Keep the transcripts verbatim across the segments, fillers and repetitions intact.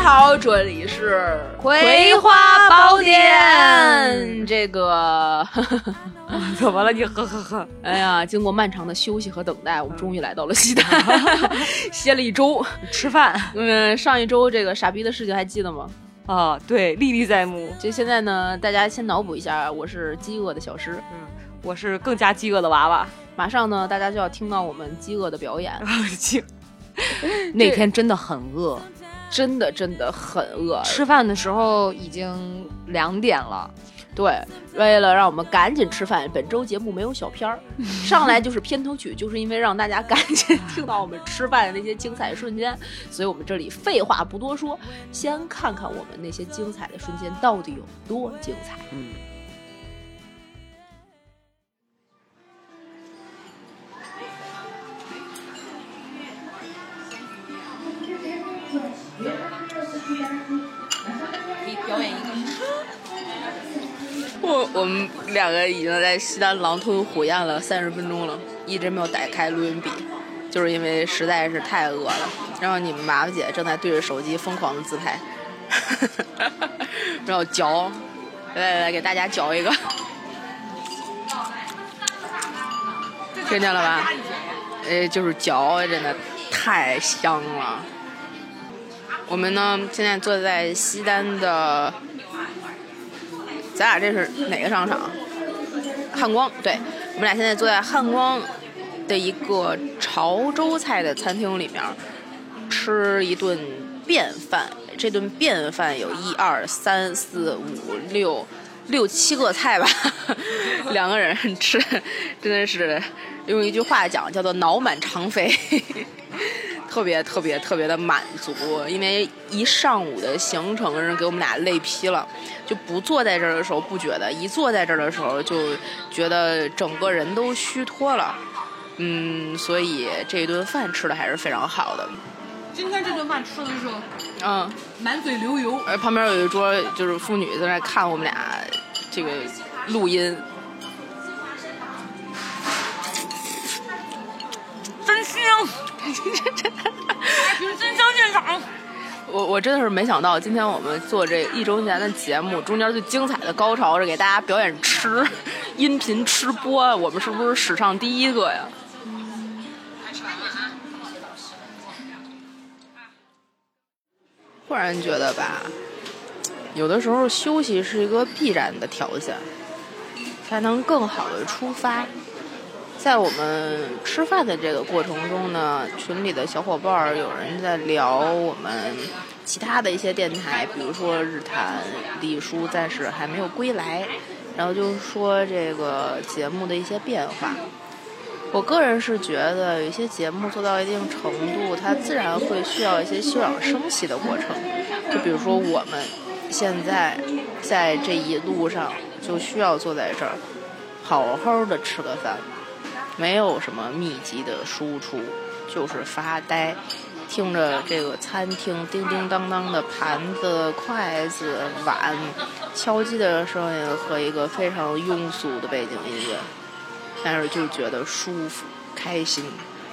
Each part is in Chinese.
好，这里是 《葵花宝典》。 这个怎么了？你呵呵呵！ 哎呀，经过漫长的休息和等待，我们终于来到了西单，歇了一周吃饭。 嗯，上一周这个傻逼的事情还记得吗？ 啊，对，历历在目。 就现在呢，大家先脑补一下，我是饥饿的小诗， 嗯，我是更加饥饿的娃娃。 马上呢，大家就要听到我们饥饿的表演。 那天真的很饿， 真的真的很饿。 吃饭的时候已经两点了。 对，为了让我们赶紧吃饭，本周节目没有小片儿，上来就是片头曲，就是因为让大家赶紧听到我们吃饭的那些精彩瞬间，所以我们这里废话不多说，先看看我们那些精彩的瞬间到底有多精彩。 嗯。 可以表演一个。我我们两个已经在西单狼吞虎咽了三十分钟了，一直没有打开录音笔，就是因为实在是太饿了。然后你们麻烦姐正在对着手机疯狂的自拍，然后嚼，来来来，给大家嚼一个，听见了吧？哎，就是嚼，真的太香了。我们呢，现在坐在西单的，咱俩这是哪个商场？汉光。对，我们俩现在坐在汉光的一个潮州菜的餐厅里面，吃一顿便饭。这顿便饭有一二三四五六六七个菜吧，两个人吃，真的是用一句话讲，叫做脑满肠肥。特别特别特别的满足，因为一上午的行程人给我们俩累劈了，就不坐在这儿的时候不觉得，一坐在这儿的时候就觉得整个人都虚脱了。嗯，所以这一顿饭吃的还是非常好的。 今天这顿饭吃的是， 嗯， 满嘴流油。 而旁边有一桌就是妇女在那看我们俩这个录音， 真香。真香现场！ 我我真的是没想到，今天我们做这一周年的节目，中间最精彩的高潮是给大家表演吃，音频吃播，我们是不是史上第一个呀？忽然觉得吧，有的时候休息是一个必然的条件，才能更好的出发。在我们吃饭的这个过程中呢，群里的小伙伴有人在聊我们其他的一些电台，比如说日坛、李叔暂时还没有归来，然后就说这个节目的一些变化。我个人是觉得有一些节目做到一定程度，它自然会需要一些休养生息的过程，就比如说我们现在在这一路上就需要坐在这儿好好的吃个饭，没有什么密集的输出，就是发呆，听着这个餐厅叮叮当当的盘子、筷子、碗敲击的声音和一个非常庸俗的背景音乐，但是就觉得舒服、开心。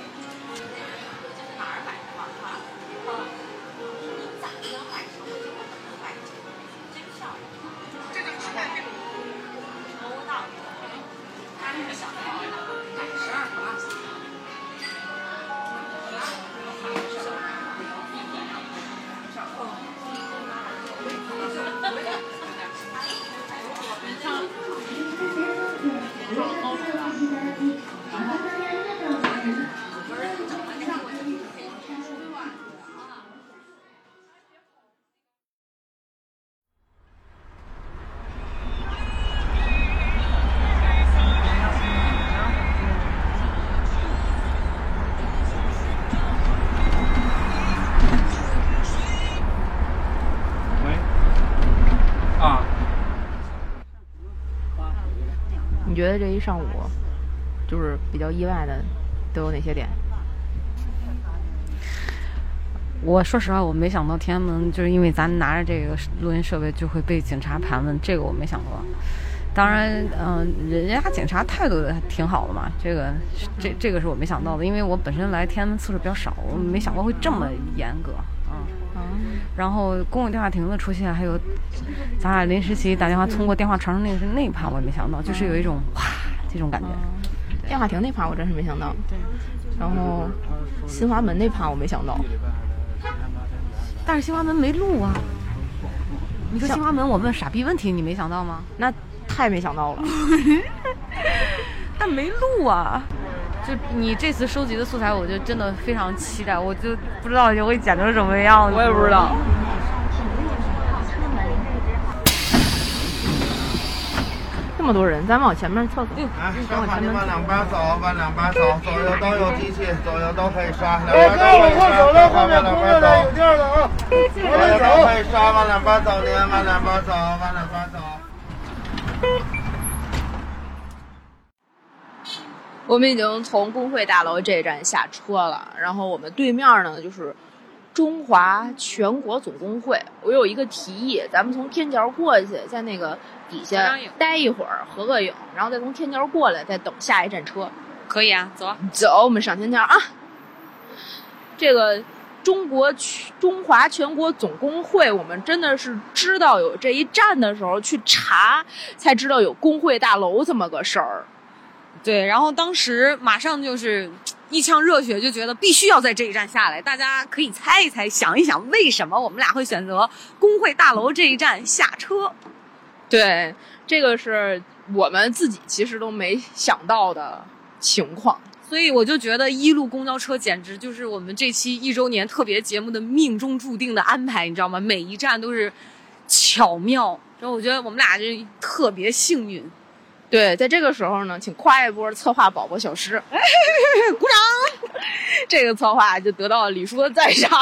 你觉得这一上午就是比较意外的都有哪些点？ 我说实话，我没想到天安门就是因为咱拿着这个录音设备就会被警察盘问，这个我没想过。当然，嗯、呃，人家警察态度挺好的嘛，这个这这个是我没想到的，因为我本身来天安门次数比较少，我没想过会这么严格。嗯， 然后公共电话亭的出现，还有咱俩临时起打电话通过电话传上那个是那一盘，我也没想到，就是有一种哇这种感觉。 电话亭那盘我真是没想到，对。然后新华门那盘我没想到， 但是新华门没录啊。你说新华门，我问傻逼问题，你没想到吗？ 那太没想到了。 但没录啊。就你这次收集的素材，我就真的非常期待，我就不知道就会剪成什么样子。 我也不知道。这么多人，咱往前面凑凑。 哎，上海你往两边走，往两边走，左右都有机器，左右都可以刷。两边都可以刷，后面两边走。有地儿的啊！左右都可以刷，往两边走，您往两边走，往两边走。 我们已经从工会大楼这一站下车了，然后我们对面呢就是中华全国总工会。我有一个提议，咱们从天桥过去，在那个底下待一会儿，合个影，然后再从天桥过来，再等下一站车。 可以啊，走走，我们上天桥啊。这个中国中华全国总工会，我们真的是知道有这一站的时候去查，才知道有工会大楼这么个事儿。 对，然后当时马上就是一腔热血，就觉得必须要在这一站下来。大家可以猜一猜，想一想，为什么我们俩会选择工会大楼这一站下车？ 对，这个是我们自己其实都没想到的情况。 所以我就觉得一路公交车简直就是我们这期一周年特别节目的命中注定的安排，你知道吗？每一站都是巧妙，然后我觉得我们俩就特别幸运。 对，在这个时候呢，请夸一波策划宝宝小诗，鼓掌！这个策划就得到了李叔的赞赏。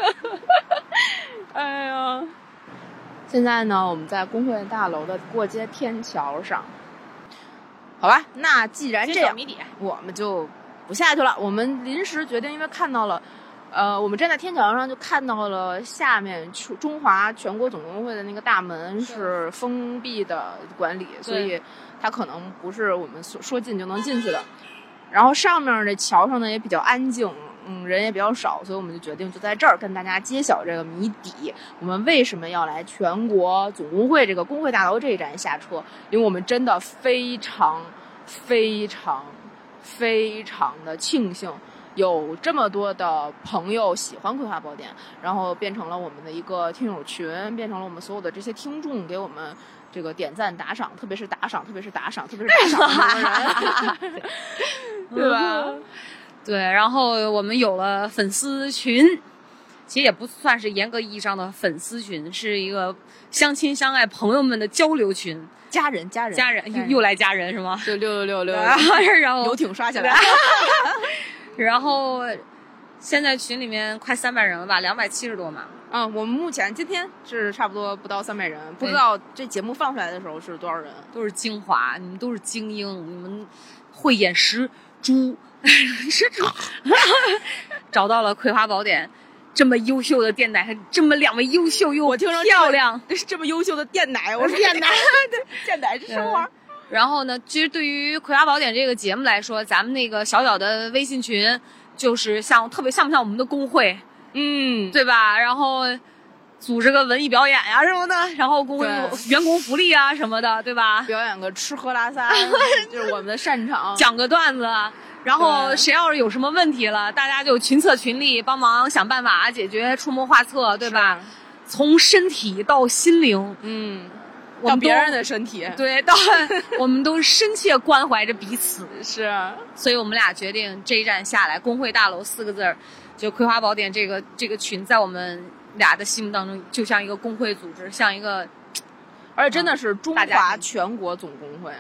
哎呀，现在呢，我们在工会大楼的过街天桥上。好吧，那既然这样，我们就不下去了。我们临时决定，因为看到了，呃，我们站在天桥上就看到了下面中华全国总工会的那个大门是封闭的管理，所以它可能不是我们说进就能进去的。然后上面的桥上呢也比较安静，嗯，人也比较少，所以我们就决定就在这儿跟大家揭晓这个谜底。我们为什么要来全国总工会这个工会大楼这一站下车？因为我们真的非常非常非常的庆幸有这么多的朋友喜欢葵花宝典，然后变成了我们的一个听友群，变成了我们所有的这些听众给我们这个点赞打赏，特别是打赏，特别是打赏，特别是打赏的人，对吧？ 对，然后我们有了粉丝群，其实也不算是严格意义上的粉丝群，是一个相亲相爱朋友们的交流群。 家人，家人， 家人，又又来家人是吗？ 就六六六六， 然后游艇刷起来。 然后现在群里面快三百人了吧，两百七十多嘛。 嗯，我们目前今天是差不多不到三百人，不知道这节目放出来的时候是多少人。 都是精华，你们都是精英，你们慧眼识珠，识珠，找到了葵花宝典。这么优秀的店奶，这么两位优秀又漂亮， 这么优秀的店奶，我说店奶，店奶是什么玩意儿？ 然后呢，其实对于葵花宝典这个节目来说，咱们那个小小的微信群，就是像特别像不像我们的工会， 嗯， 对吧？然后组织个文艺表演呀、啊、什么的，然后工会员工福利啊什么的，对吧？ 表演个吃喝拉撒，就是我们的擅长， 讲个段子。然后谁要是有什么问题了，大家就群策群力，帮忙想办法解决，出谋划策，对吧？从身体到心灵， 嗯， 我们到别人的身体， 对，到我们都深切关怀着彼此， 是。 所以我们俩决定这一站下来，工会大楼四个字儿，就葵花宝典这个这个群，在我们俩的心目当中，就像一个工会组织，像一个， 而且真的是中华全国总工会。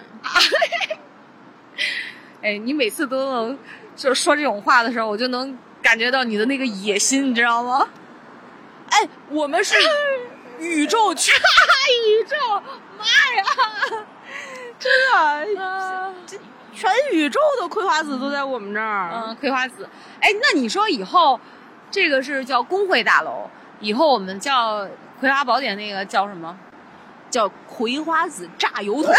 哎，你每次都能就是说这种话的时候，我就能感觉到你的那个野心，你知道吗？ 哎，我们是宇宙全宇宙，妈呀， 真的，啊、这全宇宙的葵花籽都在我们这儿。 嗯，葵花籽。哎，那你说以后这个是叫工会大楼，以后我们叫葵花宝典那个叫什么？ 叫葵花籽榨油桶。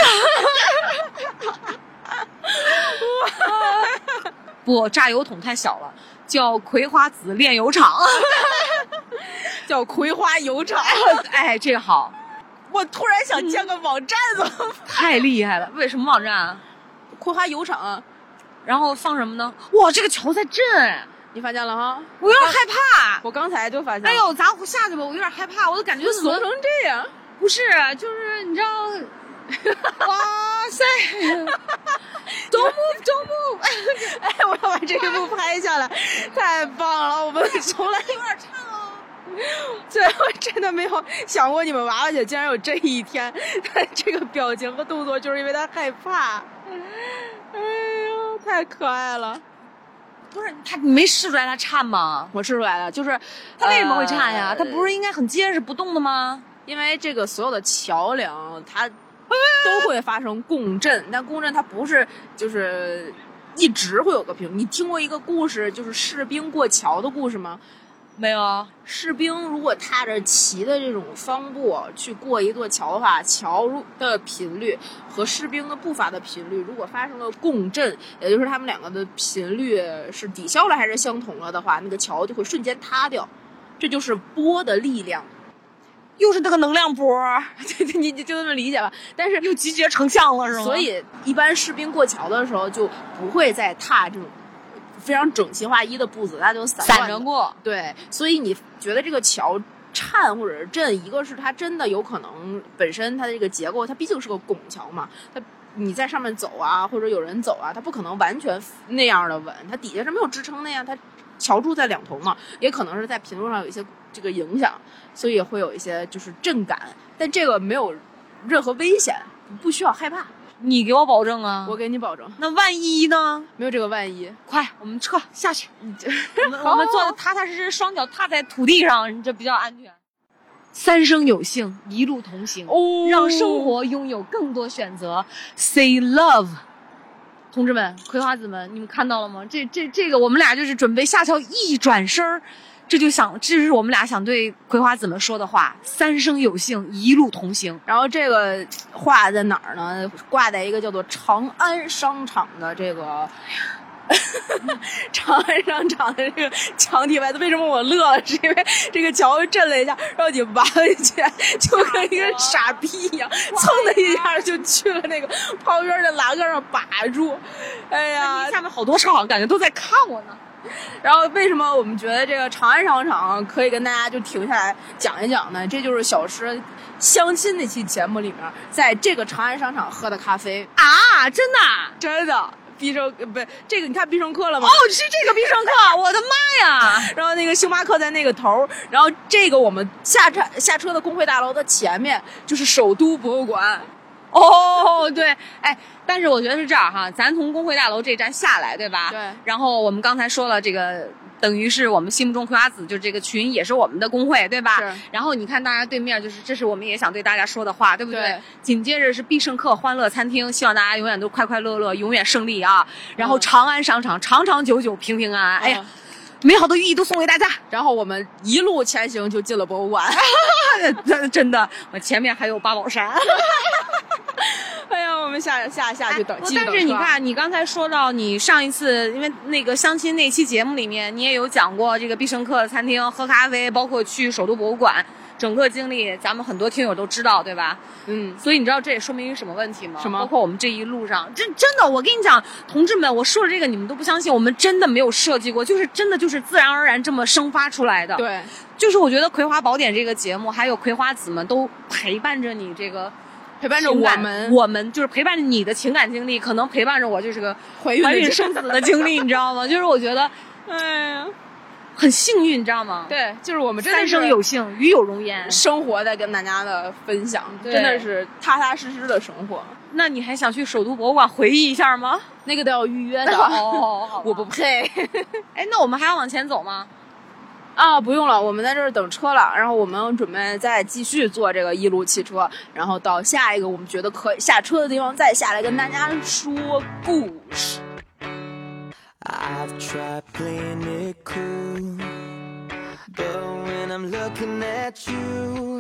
不，榨油桶太小了，叫葵花籽炼油厂。 叫葵花油厂。 哎，这个好， 我突然想建个网站了， 太厉害了！为什么网站啊？ 葵花油厂， 然后放什么呢？哇，这个桥在震， 你发现了哈？ 我有点害怕。 我刚才就发现。 哎呦，咱下去吧，我有点害怕，我都感觉怂成这样。 不是，就是你知道，哇塞，Don't move, don't move！ 哎，我要把这一幕拍下来，太棒了！我们从来有点颤哦。 对，我真的没有想过你们娃娃姐竟然有这一天，这个表情和动作就是因为她害怕。哎呦，太可爱了！ 不是他，你没试出来他颤吗？ 我试出来了，就是他为什么会颤呀？他、呃、不是应该很结实不动的吗？ 因为这个所有的桥梁它都会发生共振，但共振它不是就是一直会有个频率。你听过一个故事，就是士兵过桥的故事吗？ 没有。 士兵如果踏着骑的这种方步去过一座桥的话，桥的频率和士兵的步伐的频率如果发生了共振，也就是他们两个的频率是抵消了还是相同了的话，那个桥就会瞬间塌掉。这就是波的力量， 又是那个能量波， 你你就这么理解吧。但是又集结成像了，是吗？ 所以一般士兵过桥的时候就不会再踏这种非常整齐划一的步子，它就散散着过。 对，所以你觉得这个桥颤或者是震，一个是它真的有可能本身它的这个结构，它毕竟是个拱桥嘛，它你在上面走啊，或者有人走啊，它不可能完全那样的稳，它底下是没有支撑的呀，它桥柱在两头嘛，也可能是在频率上有一些这个影响，所以也会有一些就是震感，但这个没有任何危险，不需要害怕。 你给我保证啊！ 我给你保证。 那万一呢？ 没有这个万一。 快，我们撤下去。我们我们坐的踏踏实实，双脚踏在土地上，这比较安全。三生有幸，一路同行，哦，让生活拥有更多选择。Say love， 同志们，葵花籽们，你们看到了吗？这这这个，我们俩就是准备下桥，一转身这就想，这是我们俩想对葵花籽们说的话：三生有幸，一路同行。 然后这个画在哪儿呢？挂在一个叫做长安商场的这个长安商场的这个墙体外。为什么我乐了？是因为这个桥震了一下，然后你挖进去，就跟一个傻逼一样，蹭的一下就去了那个旁边的栏杆上把住。哎呀， 下面好多场感觉都在看我呢。 然后为什么我们觉得这个长安商场可以跟大家就停下来讲一讲呢？这就是小石相亲那期节目里面，在这个长安商场喝的咖啡啊！真的真的必胜不是这个？你看必胜客了吗？ 哦，是这个必胜客！我的妈呀！ 然后那个星巴克在那个头，然后这个我们下车下车的工会大楼的前面就是首都博物馆。 哦，对，哎，但是我觉得是这样哈，咱从工会大楼这站下来，对吧？ 对。 然后我们刚才说了，这个等于是我们心目中葵花籽，就这个群也是我们的工会，对吧？ 是。 然后你看大家对面，就是这是我们也想对大家说的话，对不对？ 对。 紧接着是必胜客欢乐餐厅，希望大家永远都快快乐乐，永远胜利啊！然后长安商场长长久久，平平安安。嗯、哎呀。美好的寓意都送给大家， 然后我们一路前行就进了博物馆。 真的，我前面还有八宝山。 哎呀，我们下下下去等。 哎、但是你看，你刚才说到你上一次，因为那个相亲那期节目里面，你也有讲过这个必胜客餐厅喝咖啡，包括去首都博物馆。整个经历，咱们很多听友都知道，对吧？ 嗯， 所以你知道这也说明一个什么问题吗？ 什么？ 包括我们这一路上，真真的，我跟你讲，同志们，我说的这个你们都不相信，我们真的没有设计过，就是真的就是自然而然这么生发出来的。 对， 就是我觉得《葵花宝典》这个节目，还有葵花籽们都陪伴着你这个。 陪伴着我们， 我们就是陪伴着你的情感经历，可能陪伴着我就是个怀孕怀孕生子的经历，你知道吗？就是我觉得， 哎呀。 很幸运，你知道吗？ 对，就是我们真的三生有幸，与有荣焉， 生活在跟大家的分享，真的是踏踏实实的生活。 那你还想去首都博物馆回忆一下吗？ 那个都要预约的。 哦， 我不配。 哎，那我们还要往前走吗？ 啊，不用了，我们在这儿等车了。然后我们准备再继续坐这个一路汽车，然后到下一个我们觉得可以下车的地方再下来跟大家说故事。 I've tried playing it cool, but when I'm looking at you,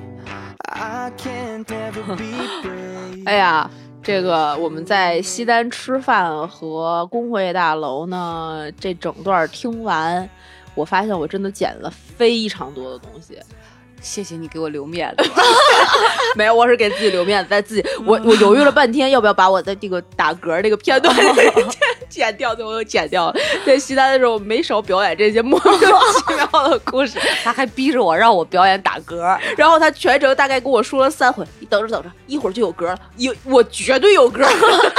I can't ever be brave. 哎呀，这个我们在西单吃饭和工会大楼呢，这整段听完， 我发现我真的剪了非常多的东西。 谢谢你给我留面子。 没有，我是给自己留面子，在自己我我犹豫了半天，要不要把我在这个打嗝这个片段剪掉，最后又剪掉了。在西单的时候没少表演这些莫名其妙的故事， 他还逼着我让我表演打嗝， 然后他全程大概跟我说了三回，你等着等着，一会儿就有嗝了，有我绝对有嗝。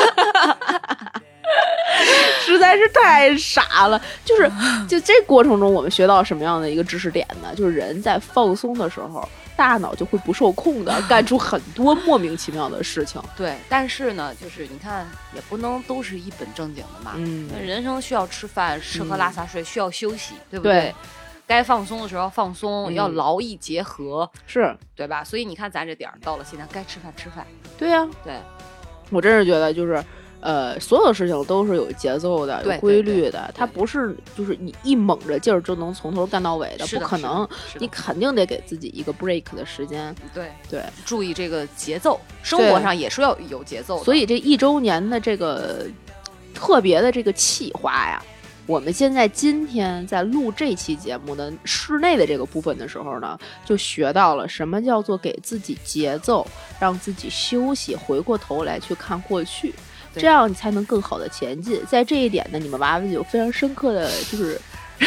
实在是太傻了，就是就这过程中我们学到什么样的一个知识点呢？就是人在放松的时候，大脑就会不受控的干出很多莫名其妙的事情。 对，但是呢，就是你看，也不能都是一本正经的嘛。 嗯， 人生需要吃饭、吃喝拉撒睡，嗯、需要休息，对不对？ 对，该放松的时候放松，嗯、要劳逸结合， 是对吧？所以你看，咱这点儿到了现在，该吃饭吃饭。 对呀、啊， 对， 我真是觉得就是。呃，所有事情都是有节奏的、有规律的，它不是就是你一猛着劲儿就能从头干到尾的， 的不可能。你肯定得给自己一个 break 的时间。 对对， 注意这个节奏，生活上也是要有节奏的。 所以这一周年的这个特别的这个企划呀，我们现在今天在录这期节目的室内的这个部分的时候呢，就学到了什么叫做给自己节奏，让自己休息，回过头来去看过去。这样你才能更好的前进。在这一点呢，你们娃娃有非常深刻的就是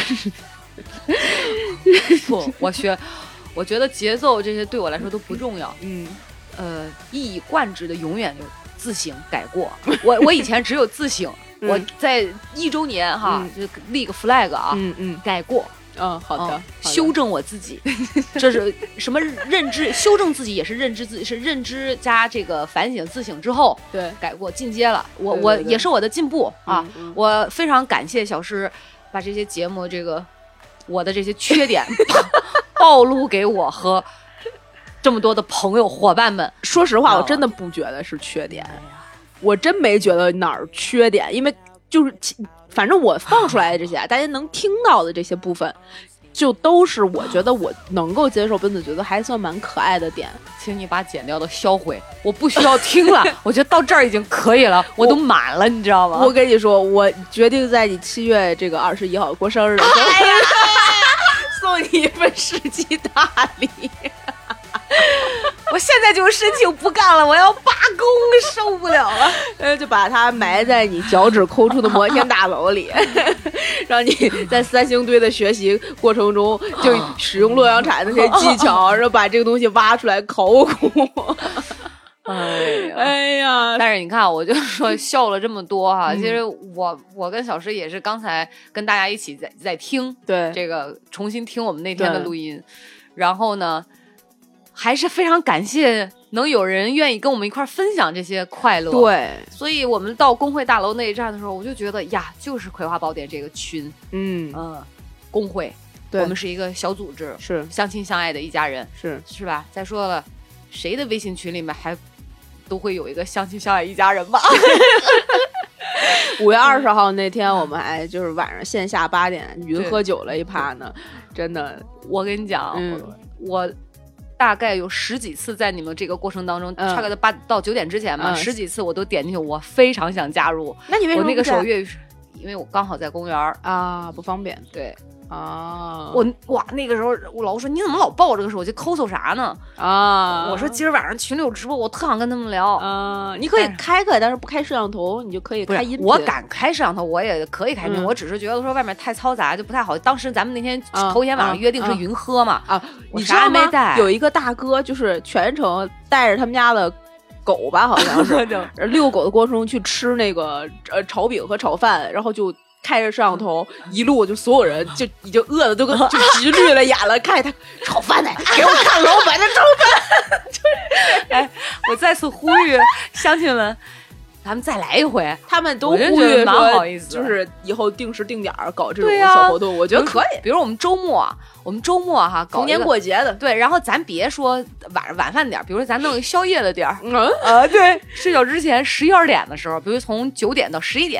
不，我学我觉得节奏这些对我来说都不重要。 嗯， 呃，一以贯之的永远就自省改过。我我以前只有自省，嗯、我在一周年哈、嗯、就立个 flag 啊， 嗯嗯， 改过。 嗯，好的， 嗯、修正我自己，这是什么认知？修正自己也是认知自己，是认知加这个反省自省之后， 对， 改过进阶了。我对对对我也是我的进步啊！ 嗯嗯、 我非常感谢小诗把这些节目这个我的这些缺点暴露给我和这么多的朋友伙伴们。 说实话，我真的不觉得是缺点，哎、我真没觉得哪儿缺点，因为就是。反正我放出来的这些，大家能听到的这些部分，就都是我觉得我能够接受，并且觉得还算蛮可爱的点。 请你把剪掉的销毁，我不需要听了。我觉得到这儿已经可以了，我都满了，你知道吗？ 我跟你说，我决定在你七月这个二十一号过生日的时候，哎、送你一份世纪大礼。 我现在就申请不干了，我要罢工，受不了了。 呃，就把它埋在你脚趾抠出的摩天大楼里，让你在三星堆的学习过程中就使用洛阳铲的那些技巧，然后把这个东西挖出来考古。 哎呀， 哎呀！ 但是你看，我就说笑了这么多哈，嗯、其实我我跟小诗也是刚才跟大家一起在在听， 对这个重新听我们那天的录音，然后呢。还是非常感谢能有人愿意跟我们一块分享这些快乐。 对， 所以我们到工会大楼那一站的时候，我就觉得呀，就是葵花宝典这个群， 嗯嗯、呃，工会，我们是一个小组织， 是相亲相爱的一家人， 是是吧？再说了，谁的微信群里面还都会有一个相亲相爱一家人吧？ 五月二十号那天，我们还就是晚上线下八点云喝酒了一趴呢，真的， 我跟你讲，嗯、我。大概有十几次在你们这个过程当中， 嗯、 大概在八到九点之前嘛、 嗯， 十几次我都点进去，我非常想加入。 那你为什么我那个时候越因为我刚好在公园啊，不方便。 对啊， 我哇，那个时候我老说你怎么老抱这个手机抠搜啥呢？ 啊， 我说今儿晚上群里有直播，我特想跟他们聊。 啊，你可以开开，但是不开摄像头，你就可以开音频。 我敢开摄像头，我也可以开音频、嗯，我只是觉得说外面太嘈杂就不太好。当时咱们那天头一天晚上约定是云喝嘛， 啊， 我啥没带。 有一个大哥就是全程带着他们家的。狗吧，好像是遛狗的过程中去吃那个呃炒饼和炒饭，然后就开着摄像头，一路就所有人就已经饿的都跟就直绿了眼了，看他炒饭呢，给我看老板的炒饭。就是， 哎，我再次呼吁乡亲们。咱们再来一回， 他们都呼吁蛮好意思， 就是以后定时定点搞这种小活动，啊、我觉得可以。 比如我们周末，我们周末哈搞逢年过节的， 对，然后咱别说晚上晚饭点，比如说咱弄个宵夜的点儿， 嗯啊，对，睡觉之前十一二点的时候，比如从九点到十一点，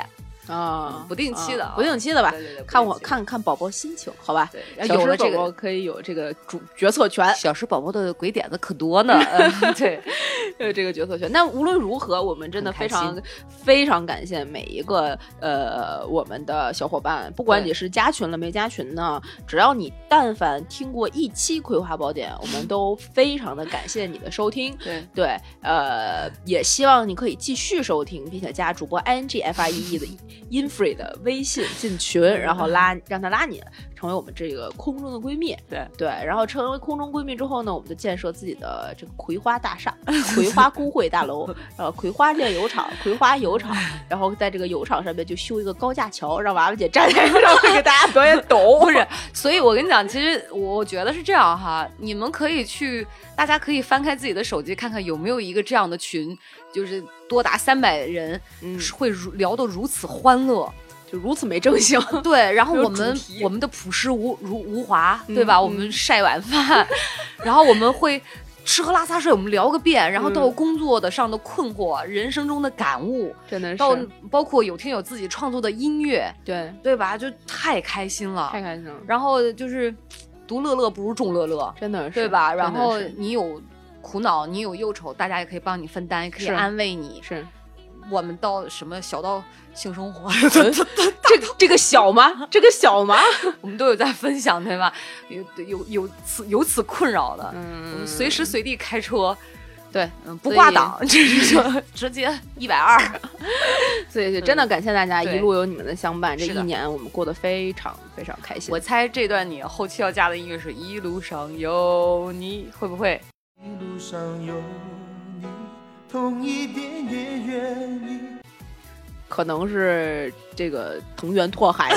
啊， 不定期的、 啊，不定期的吧？ 对对对， 看我看看宝宝心情，好吧？ 有了这个可以有这个主决策权。 小时宝宝的鬼点子可多呢，嗯、对， 有这个决策权。那无论如何，我们真的非常非常感谢每一个呃我们的小伙伴，不管你是加群了没加群呢，只要你但凡听过一期《葵花宝典》，我们都非常的感谢你的收听。 对对，呃，也希望你可以继续收听，并且加主播 I N G F I E E 的 Infree 的微信进群，然后拉让他拉你，成为我们这个空中的闺蜜。 对对，然后成为空中闺蜜之后呢，我们就建设自己的这个葵花大厦、葵花孤汇大楼，呃，葵花炼油厂、葵花油厂，然后在这个油厂上面就修一个高架桥，让娃娃姐站在上面给大家表演抖。 不是，所以我跟你讲，其实我觉得是这样哈，你们可以去，大家可以翻开自己的手机看看有没有一个这样的群，就是多达三百人，嗯，会如聊得如此欢乐。 就如此没正形， 对，然后我们我们的朴实无如无华，对吧？嗯、我们晒晚饭，然后我们会吃喝拉撒睡，我们聊个遍，然后到工作的上的困惑、嗯、人生中的感悟， 真的是到包括有听有自己创作的音乐， 对对吧？就太开心了， 太开心了。 然后就是独乐乐不如众乐乐， 真的是对吧？然后你有苦恼，你有忧愁，大家也可以帮你分担，也可以安慰你。 是。 我们到什么小到性生活， 这这个小吗？这个小吗？ 我们都有在分享，对吧？有有有此有此困扰的，嗯，我们随时随地开车， 对， 嗯，不挂档，就是说直接一百二。 所以真的感谢大家，一路有你们的相伴，这一年我们过得非常非常开心。 我猜这段你后期要加的音乐是一路上有你，会不会？ 一路上有你。痛一点也愿意， 可能是这个藤原拓海。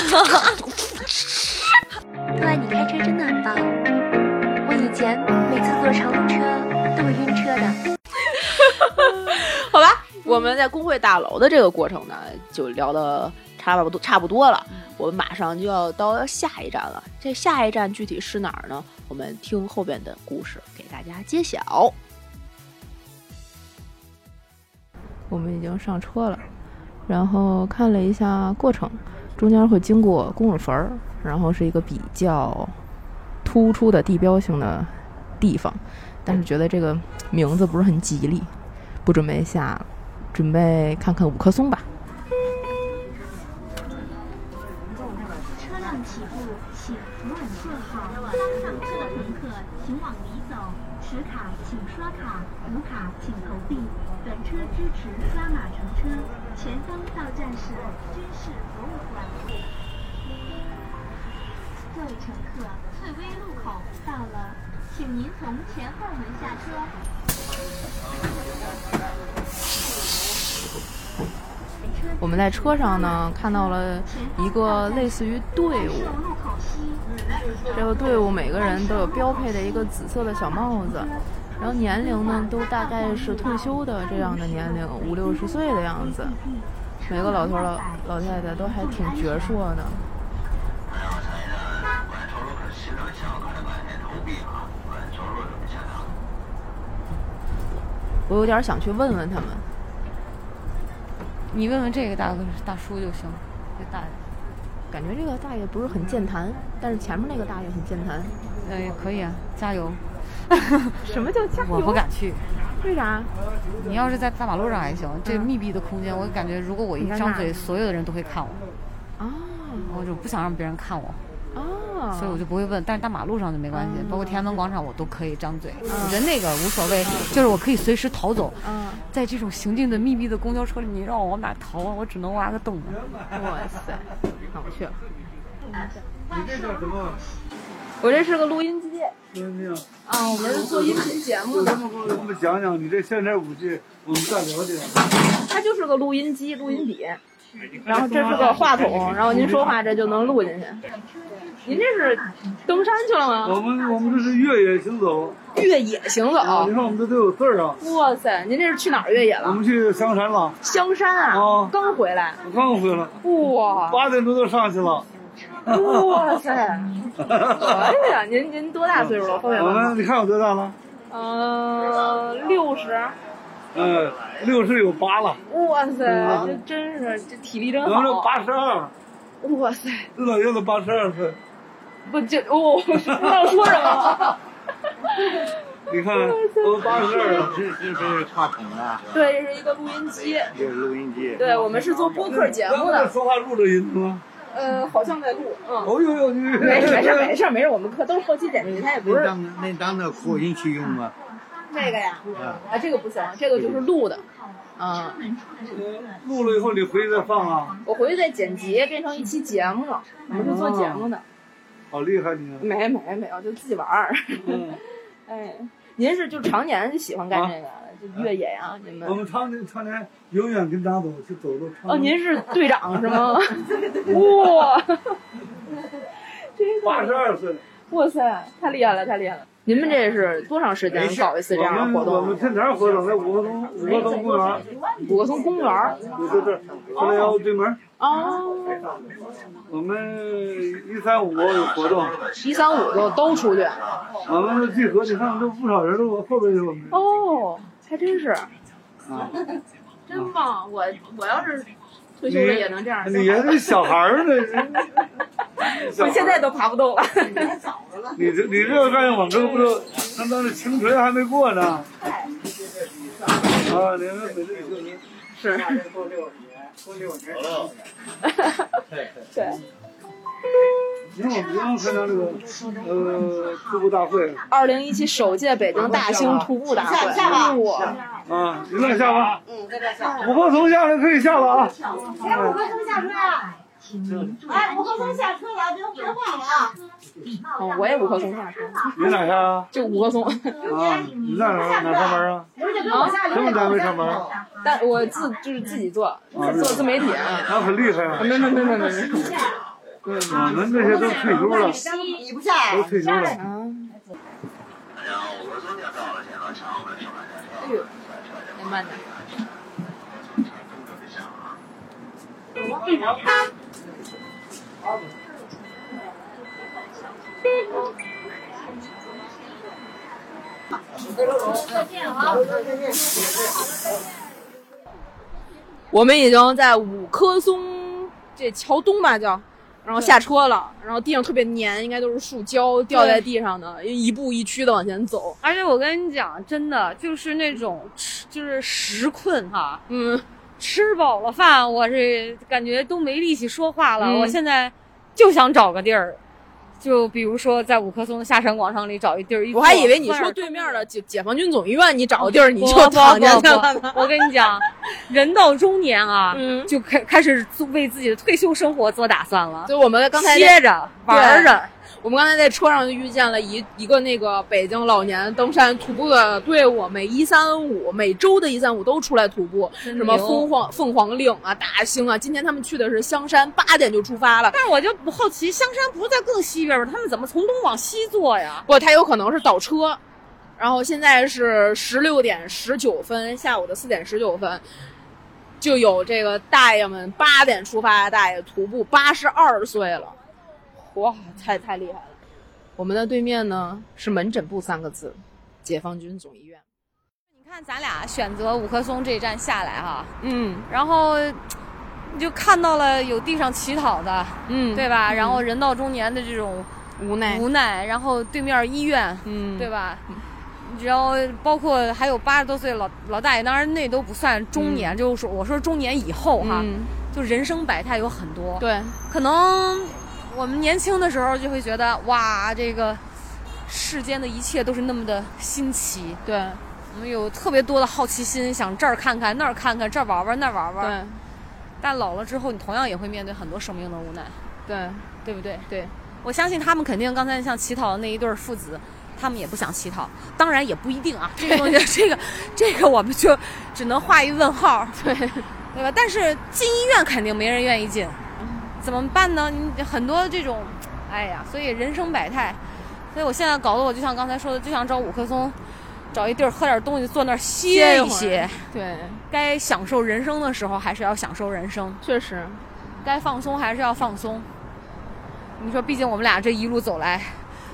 对，你开车真的很棒。我以前每次坐长途车都会晕车的。 好吧，我们在工会大楼的这个过程呢，就聊得差不多差不多了。我们马上就要到下一站了。这下一站具体是哪儿呢？我们听后边的故事给大家揭晓。我们已经上车了，然后看了一下过程，中间会经过公主坟，然后是一个比较突出的地标性的地方，但是觉得这个名字不是很吉利，不准备下了，准备看看五棵松吧。 车辆起步，请扶稳坐好。刚上车的乘客请往里走，持卡请刷卡，无卡请投币。本车支持刷码乘车，前方到站是军事博物馆。各位乘客，翠微路口到了，请您从前后门下车。 我们在车上呢看到了一个类似于队伍，这个队伍每个人都有标配的一个紫色的小帽子，然后年龄呢都大概是退休的这样的年龄，五六十岁的样子，每个老头老老太太都还挺矍铄的。我有点想去问问他们。 你问问这个大哥大叔就行，这大爷。 感觉这个大爷不是很健谈，但是前面那个大爷很健谈。 呃，也可以啊，加油。 什么叫加油？ 我不敢去。 为啥？ 你要是在大马路上还行，这密闭的空间，我感觉如果我一张嘴，所有的人都会看我。 哦。 我就不想让别人看我。 哦。 所以我就不会问，但是大马路上就没关系，嗯、包括天安门广场我都可以张嘴。嗯、我觉得那个无所谓，就是我可以随时逃走。嗯。在这种行进的密闭的公交车里，你让我往哪逃啊？我只能挖个洞了。 哇塞，那我去了。 你这叫什么？ 我这是个录音机。 录音机啊。啊，我们是做音频节目的。 我们给我们讲讲你这现代武器，我们再了解。 它就是个录音机、录音笔，然后这是个话筒，然后您说话这就能录进去。您这是登山去了吗？ 我们我们这是越野行走。 越野行走？ 啊、你看我们这都有字儿啊！ 哇塞，您这是去哪儿越野了？ 我们去香山了。 香山啊？啊，刚回来。 我刚回来。 哇！ 八点多就上去了。 哇塞！可以啊！您您多大岁数了？方便问吗？ 我们你看我多大了？ 呃，六十。 嗯，六十有八了。 哇塞，这真是这体力真好。 我这八十二。 哇塞， 这老爷子八十二岁。 不，这哦，不知道说什么了。 你看，都八十二了。 这这是话筒啊？ 对，这是一个录音机。 这是录音机。 对，我们是做播客节目的。 说话录着音吗？ 呃，好像在录。嗯。 哦呦呦，你没事没事没事没事，我们课都是后期剪辑，他也不是。 那当那当那扩音器用吗？ 这个呀？啊，这个不行，这个就是录的。嗯。 录了以后你回去再放啊？ 我回去再剪辑，变成一期节目。我们是做节目的。 好厉害你！ 没没没有，就自己玩儿。嗯。哎，您是就常年就喜欢干这个，就越野呀？你们？ 我们常年常年永远跟大走，去走走。 哦，您是队长是吗？哇！ 八十二岁。 哇塞，太厉害了，太厉害了！你们这是多长时间搞一次这样的活动？ 我们天天活动在五棵松五棵松公园。 五棵松公园。 对对对，四零幺对门。 哦。 我们一三五有活动。 一三五就都出去。 我们的集合，你看都不少人都后边有我们。 哦，还真是。 啊。 真棒！我我要是退休了也能这样。 你也是小孩儿呢。 我现在都爬不动了。 你这你这干我这不都，那当时青春还没过呢。啊，你们每次就是是。 过六年，过六年。 对。 你看我们刚参加这个呃徒步大会。 二零一七首届北京大兴徒步大会。 下吧。 啊，你再下吧。 嗯，在这下。 五棵松下来可以下了啊。 哎，五棵松下车呀！哎，五棵松下车了，别别忘了啊！ 哦，我也五棵松下车。 你哪下啊？ 就五棵松。 啊，你在哪哪上班啊？ 啊， 什么单位上班？ 但我自就是自己做，做自媒体啊。 那很厉害啊！ 没没没没没没。 我们这些都退休了， 比不下， 都退休了。 啊。哎呦，哎慢点。我们已经在五棵松这桥东吧叫，然后下车了，然后地上特别黏，应该都是树胶掉在地上的，一步一趋的往前走。 而且我跟你讲，真的就是那种就是时困哈， 嗯。 吃饱了饭，我这感觉都没力气说话了。 嗯、 我现在就想找个地儿，就比如说在五棵松下山广场里找一地儿。 我还以为你说对面的解解放军总医院，你找个地儿你就躺下去了呢。 我跟你讲，人到中年啊， 嗯、 就开开始为自己的退休生活做打算了。 就我们刚才歇着玩着。 我们刚才在车上就遇见了一一个那个北京老年登山徒步的队伍，每一三五每周的一三五都出来徒步，什么凤凰凤凰岭啊、大兴啊。今天他们去的是香山，八点就出发了。 但是我就不好奇，香山不是在更西边吗？他们怎么从东往西坐呀？ 不，他有可能是倒车。然后现在是十六点十九分，下午的四点十九分，就有这个大爷们八点出发，大爷徒步，八十二岁了。哇，太太厉害了！我们的对面呢是门诊部三个字，解放军总医院。 你看咱俩选择五棵松这一站下来哈， 嗯， 然后你就看到了有地上乞讨的， 嗯， 对吧？ 嗯、 然后人到中年的这种无奈无奈，然后对面医院， 嗯， 对吧？然后包括还有八十多岁老老大爷，当然那都不算中年， 嗯、 就是我说中年以后哈， 嗯、 就人生百态有很多， 对， 可能。我们年轻的时候就会觉得哇，这个世间的一切都是那么的新奇， 对， 我们有特别多的好奇心，想这儿看看那儿看看，这儿玩玩那儿玩玩。 对， 但老了之后，你同样也会面对很多生命的无奈， 对， 对不对？ 对， 我相信他们肯定刚才像乞讨的那一对父子，他们也不想乞讨，当然也不一定啊，这个东西，这个这个我们就只能画一问号， 对， 对吧？但是进医院肯定没人愿意进。怎么办呢？你很多这种，哎呀，所以人生百态，所以我现在搞得我就像刚才说的，就想找五棵松，找一地儿喝点东西，坐那儿歇一歇。 对， 该享受人生的时候还是要享受人生， 确实， 该放松还是要放松。你说，毕竟我们俩这一路走来，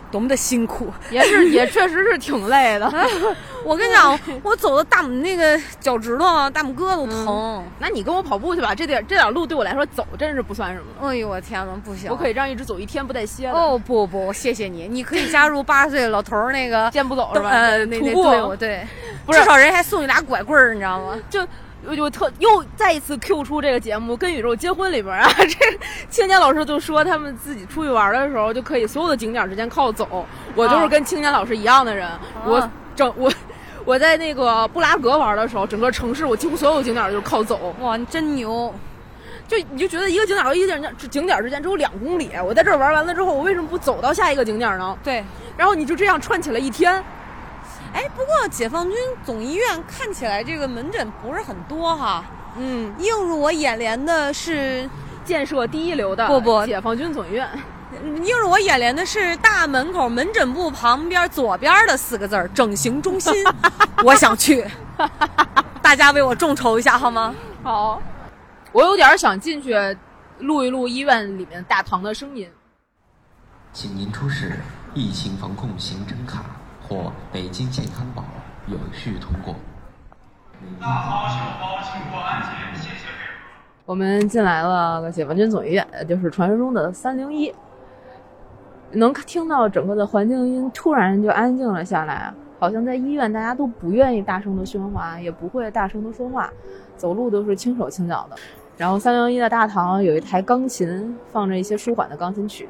多么的辛苦， 也是也确实是挺累的。 我跟你讲，我走的大拇那个脚趾头、大拇哥都疼、嗯。 那你跟我跑步去吧，这点这点路对我来说走真是不算什么。 哎呦我天哪，不行！ 我可以这样一直走一天不带歇的。 哦不不，谢谢你，你可以加入八十岁老头那个健步走是吧？ 呃，那那对我对， 不是， 至少人还送你俩拐棍儿，你知道吗？ 就。我就特又再一次 Q 出这个节目《跟宇宙结婚》里边啊，这青年老师就说他们自己出去玩的时候就可以所有的景点之间靠走。我就是跟青年老师一样的人，啊、我整我我在那个布拉格玩的时候，整个城市我几乎所有景点就是靠走。 哇，你真牛！ 就你就觉得一个景点和一个景点景点之间只有两公里，我在这儿玩完了之后，我为什么不走到下一个景点呢？ 对， 然后你就这样串起了一天。 哎，不过解放军总医院看起来这个门诊不是很多哈。 嗯， 映入我眼帘的是建设第一流的不不解放军总医院。 映入我眼帘的是大门口门诊部旁边左边的四个字儿整形中心，我想去，大家为我众筹一下好吗？ 好，我有点想进去录一录医院里面大堂的声音。 请您出示疫情防控行程卡或北京健康宝，有序通过。 大好小包经过安检，谢谢配合。 我们进来了解放军总医院，就是传说中的三零一。能听到整个的环境音突然就安静了下来，好像在医院大家都不愿意大声的喧哗，也不会大声的说话，走路都是轻手轻脚的。然后三零一的大堂有一台钢琴，放着一些舒缓的钢琴曲。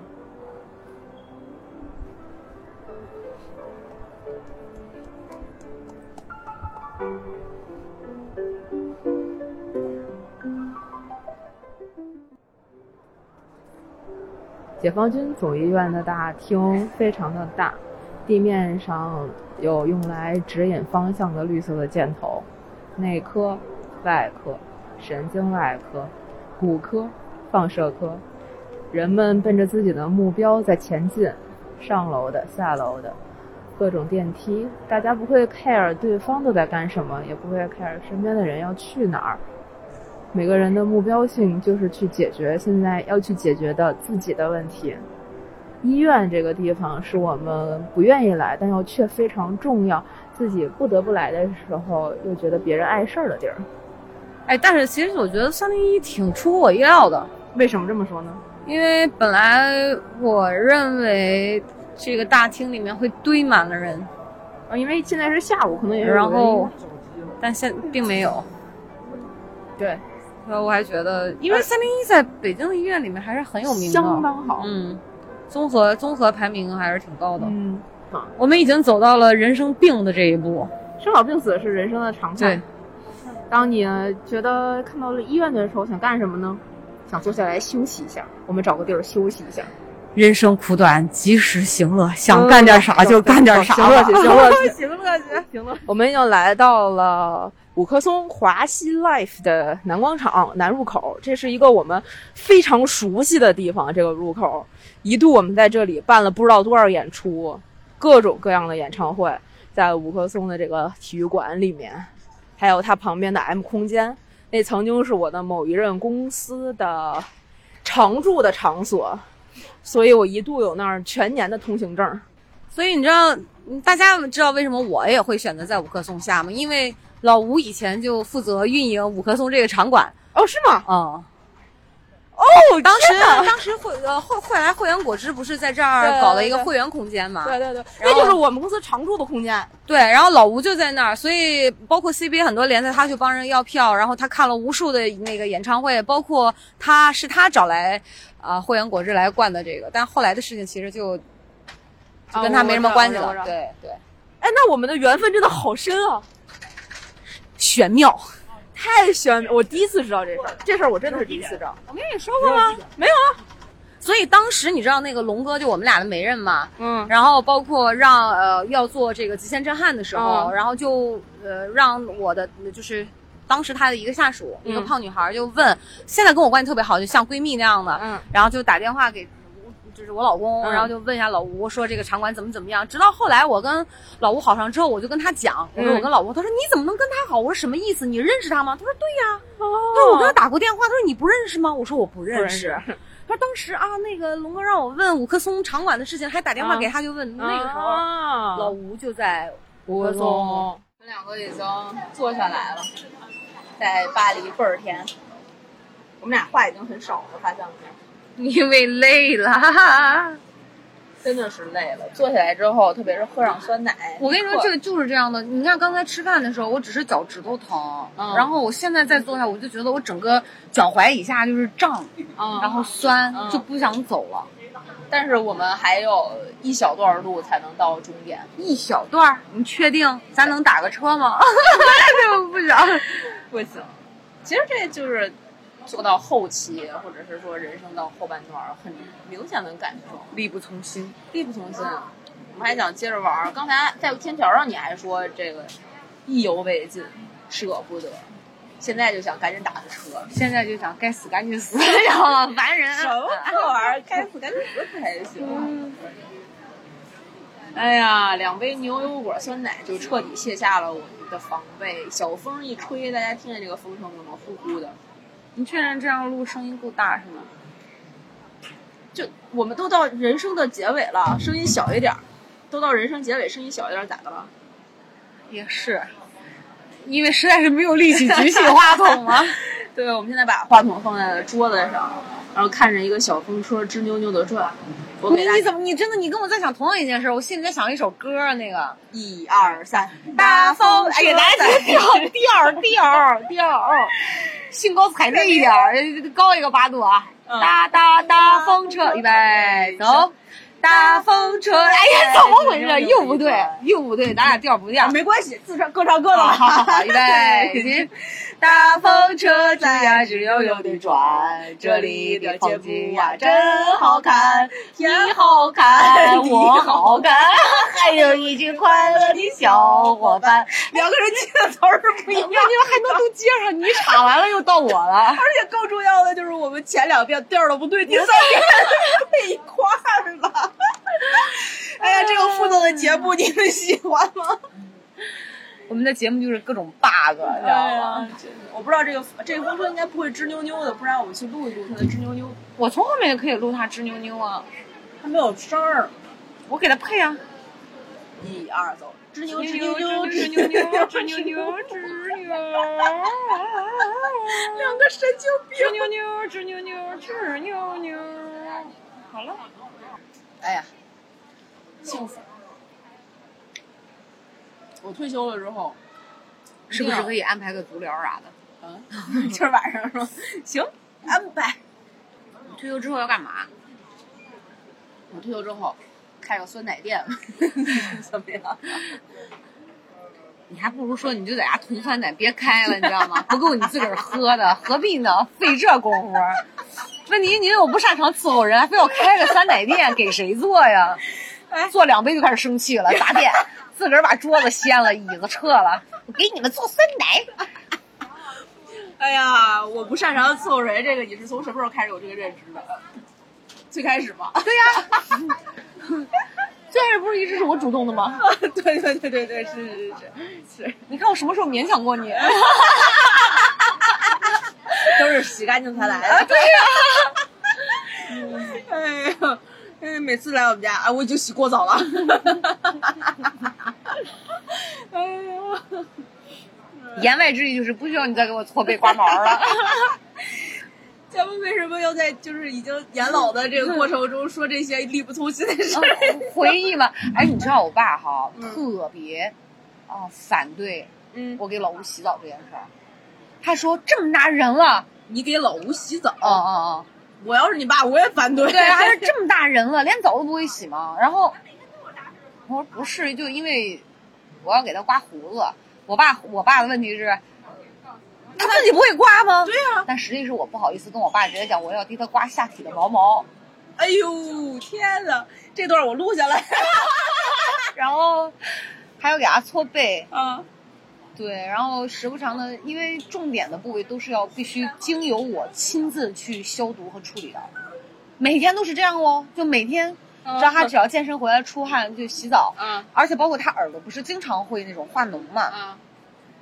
解放军总医院的大厅非常的大，地面上有用来指引方向的绿色的箭头，内科、外科、神经外科、骨科、放射科，人们奔着自己的目标在前进，上楼的、下楼的，各种电梯，大家不会 care 对方都在干什么，也不会 care 身边的人要去哪儿。每个人的目标性就是去解决现在要去解决的自己的问题。医院这个地方是我们不愿意来，但又却非常重要，自己不得不来的时候又觉得别人碍事儿的地儿。 哎，但是其实我觉得三零一挺出乎我意料的。 为什么这么说呢？ 因为本来我认为这个大厅里面会堆满了人， 啊，因为现在是下午，可能也是然后，但现并没有。 对。 我还觉得，因为三零一在北京的医院里面还是很有名的， 相当好。 嗯，综合综合排名还是挺高的。 嗯， 我们已经走到了人生病的这一步。 生老病死是人生的常态。 对。 当你觉得看到了医院的时候，想干什么呢？想坐下来休息一下。我们找个地儿休息一下。 人生苦短，及时行乐，想干点啥就干点啥。 行乐去，行乐去， 行乐去， 行乐。我们又来到了五棵松华西 Life 的南广场南入口，这是一个我们非常熟悉的地方。这个入口一度我们在这里办了不知道多少演出，各种各样的演唱会，在五棵松的这个体育馆里面，还有它旁边的 M 空间，那曾经是我的某一任公司的常驻的场所，所以我一度有那儿全年的通行证。 所以你知道，大家知道为什么我也会选择在五棵松下吗？因为老吴以前就负责运营五棵松这个场馆。 哦，是吗？ 嗯。 哦， 当时当时会呃后后来汇源果汁不是在这儿搞了一个会员空间嘛？ 对对对，那就是我们公司常驻的空间。 对，然后老吴就在那儿，所以包括 C B A 很多联赛，他去帮人要票，然后他看了无数的那个演唱会，包括他是他找来啊、呃、汇源果汁来灌的这个，但后来的事情其实就就跟他没什么关系了。 啊、 对对。 哎，那我们的缘分真的好深啊， 玄妙。 太玄妙！我第一次知道这事儿，这事儿我真的是第一次知道。 我跟你说过吗？ 没有啊。 所以当时你知道那个龙哥就我们俩的媒人嘛， 嗯， 然后包括让呃要做这个极限震撼的时候， 嗯、 然后就呃让我的就是当时他的一个下属， 嗯、 一个胖女孩就问，现在跟我关系特别好，就像闺蜜那样的， 嗯， 然后就打电话给。就是我老公， 嗯、 然后就问一下老吴，说这个场馆怎么怎么样。直到后来我跟老吴好上之后，我就跟他讲，我说我跟老吴，他说你怎么能跟他好？我说什么意思？你认识他吗？他说对呀、啊。哦、他说我跟他打过电话，他说你不认识吗？我说我不认识。 他说当时啊，那个龙哥让我问五棵松场馆的事情，还打电话给他就问。啊、那个时候，啊、老吴就在五棵松。 我们两个已经坐下来了，在巴黎倍儿甜。我们俩话已经很少了，发现了没有？ 因为累了。 真的是累了，坐下来之后，特别是喝上酸奶。 我跟你说，这个就是这样的。你看刚才吃饭的时候，我只是脚趾头疼，嗯、然后我现在再坐下，我就觉得我整个脚踝以下就是胀，嗯、然后酸，嗯、就不想走了。 但是我们还有一小段路才能到终点。 一小段？你确定？咱能打个车吗？就不想， 不行。其实这就是。做到后期，或者是说人生到后半段，很明显能感受力不从心， 力不从心。我们还想接着玩，刚才在天桥上你还说这个意犹未尽，舍不得，现在就想赶紧打个车， 现在就想该死赶紧死，然后烦人。 什么玩意儿？该死赶紧死才行。嗯、哎呀，两杯牛油果酸奶就彻底卸下了我们的防备。小风一吹，大家听见这个风声了吗？呼呼的。 你确认这样录声音够大是吗？ 就我们都到人生的结尾了，声音小一点。都到人生结尾，声音小一点，咋的了？ 也是，因为实在是没有力气举起话筒了。 对，我们现在把话筒放在了桌子上，然后看着一个小风车吱扭扭的转。我你你怎么你真的你跟我在想同样一件事？我心里在想一首歌，那个一二三， 大风，哎呀，来调调调调。兴高采烈一点，高一个八度啊！嗯、大大大风车，预备走！大风车，哎呀，怎么回事？又不对，又不对，咱俩调不调？ 没关系，自唱各唱各的。 好好好，预备起！大风车吱呀吱悠悠地转，这里的风景呀真好看，你好看，我好看，还有一群快乐的小伙伴。 两个人记的词儿不一样，你们还能都接上？你唱完了又到我了。而且更重要的就是我们前两遍调都不对，第三遍对一块儿了。哎呀，这个互动的节目你们喜欢吗？ 我们的节目就是各种 bug， 你知道吗？ 我不知道这个这个风车应该不会吱扭扭的，不然我们去录一录它的吱扭扭。 我从后面就可以录它吱扭扭啊， 它没有声儿， 我给它配啊。 一二走，吱扭吱扭扭吱扭扭吱扭扭吱扭， 两个神经病。 吱扭扭吱扭扭吱扭扭，好了。 哎呀，幸福。我退休了之后， 是不是可以安排个足疗啥的？ 嗯，今儿晚上说行，安排。 你退休之后要干嘛？ 我退休之后开个酸奶店，怎么样？ 你还不如说你就在家囤酸奶，别开了，你知道吗？不够你自个儿喝的，何必呢？费这功夫。问题您又不擅长伺候人，还非要开个酸奶店，给谁做呀？做两杯就开始生气了，砸店。自个儿把桌子掀了，椅子撤了，我给你们做酸奶。 哎呀，我不擅长伺候人，这个你是从什么时候开始有这个认知的？最开始吗？ 对呀，最开始不是一直是我主动的吗？ 对对对对对，是是是是。 你看我什么时候勉强过你？ 都是洗干净才来的。 对呀。哎呀。嗯，每次来我们家，啊，我已经洗过澡了。哎呀， 言外之意就是不需要你再给我搓背刮毛了。 咱们为什么要在就是已经年老的这个过程中说这些力不从心的事？ 回忆嘛，哎，你知道我爸哈、嗯、特别啊、呃、反对，嗯，我给老吴洗澡这件事儿。他说这么大人了， 你给老吴洗澡？ 哦哦哦。 我要是你爸，我也反对。 对，还是这么大人了，连澡都不会洗吗？然后我说不是，就因为我要给他刮胡子。我爸，我爸的问题是，他自己不会刮吗？ 对啊。 但实际是我不好意思跟我爸直接讲，我要替他刮下体的毛毛。 哎呦天哪，这段我录下来。 然后还要给他搓背。 啊。 对，然后时不常的，因为重点的部位都是要必须经由我亲自去消毒和处理的，每天都是这样哦，就每天，知道他只要健身回来出汗就洗澡， 嗯， 而且包括他耳朵不是经常会那种化脓嘛， 嗯，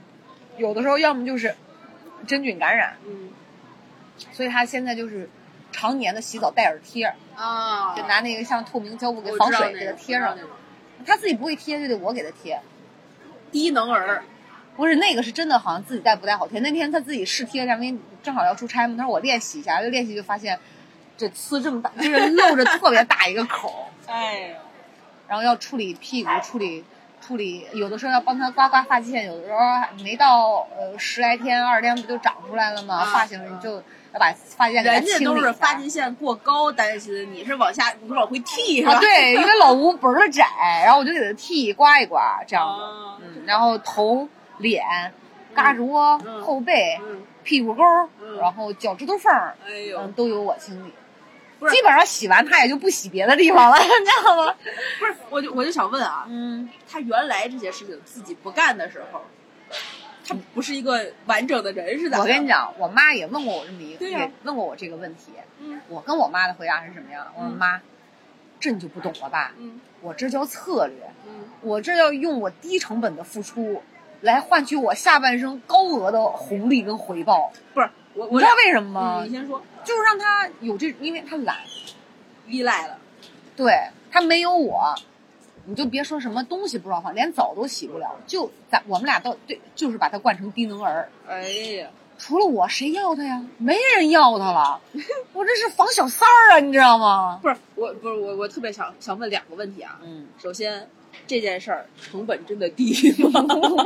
有的时候要么就是真菌感染， 嗯， 所以他现在就是常年的洗澡戴耳贴啊， 就拿那个像透明胶布给防水给它贴上。他自己不会贴，就得我给他贴。 低能儿， 不是那个是真的，好像自己戴不太好贴。那天他自己试贴，因为正好要出差嘛，他说我练习一下，就练习就发现这呲这么大，就是露着特别大一个口。 哎呀， 然后要处理屁股，处理处理，有的时候要帮他刮刮发际线，有的时候没到呃十来天、二十天不就长出来了吗？啊、发型你就。要把发际线给它清理一下。 人家都是发际线过高担心，你是往下，你是往回剃是吧？ 啊，对，因为老吴本儿窄，然后我就给他剃，刮一刮这样的。 啊、 嗯，然后头、脸、嘎窝、 嗯、 后背、 嗯、 屁股沟， 嗯、 然后脚趾头缝儿， 哎呦， 嗯，都由我清理。基本上洗完他也就不洗别的地方了，你知道吗？ 不是，我就我就想问啊， 嗯， 他原来这些事情自己不干的时候。他不是一个完整的人是的。 我跟你讲，我妈也问过我这么一个， 呀、 也问过我这个问题。 嗯， 我跟我妈的回答是什么呀？我说、 嗯、 妈，这你就不懂了吧？ 嗯， 我这叫策略。 嗯， 我这要用我低成本的付出，来换取我下半生高额的红利跟回报。 不是我， 你知道为什么吗？ 嗯、你先说， 就是让他有这，因为他懒， 依赖了。 对他没有我。你就别说什么东西不让换，连澡都洗不了。就咱我们俩都对，就是把他惯成低能儿。 哎呀， 除了我，谁要他呀？没人要他了。我这是防小三儿啊，你知道吗？ 不是，我不是我，我特别想想问两个问题啊。 嗯， 首先这件事儿成本真的低吗？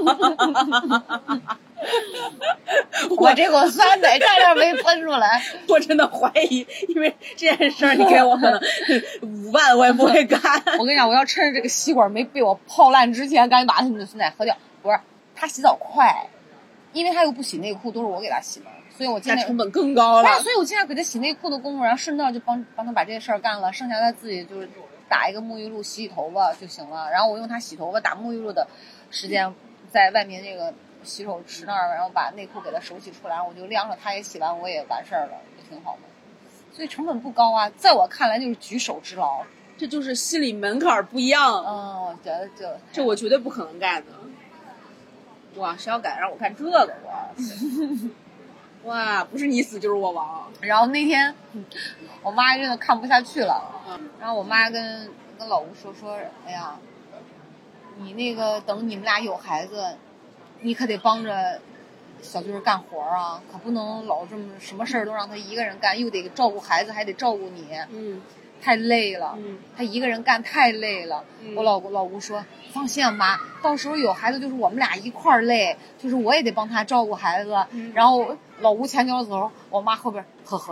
我这口酸奶差点没喷出来， 我真的怀疑，因为这件事儿你给我可能五万我也不会干。 我跟你讲，我要趁着这个吸管没被我泡烂之前，赶紧把他们的酸奶喝掉。不是，他洗澡快，因为他又不洗内裤，都是我给他洗的，所以我尽量成本更高了。 所以我尽量给他洗内裤的功夫，然后顺道就帮帮他把这些事儿干了，剩下他自己就是打一个沐浴露洗洗头发就行了。然后我用他洗头发打沐浴露的时间，在外面这个洗手池那儿，然后把内裤给他手洗出来，我就晾上，他也洗完，我也完事儿了，就挺好的。所以成本不高啊，在我看来就是举手之劳。 这就是心理门槛不一样。 嗯，我觉得就这我绝对不可能干的。哇，谁要敢让我干这个哇？哇，不是你死就是我亡。 然后那天我妈真的看不下去了，嗯、然后我妈跟跟老吴说说，哎呀，你那个等你们俩有孩子，你可得帮着小军干活啊，可不能老这么什么事儿都让他一个人干，又得照顾孩子，还得照顾你， 嗯， 太累了， 嗯， 他一个人干太累了。 嗯、 我老老吴说，放心啊妈，到时候有孩子就是我们俩一块儿累，就是我也得帮他照顾孩子。 嗯、 然后老吴前脚走，我妈后边呵呵，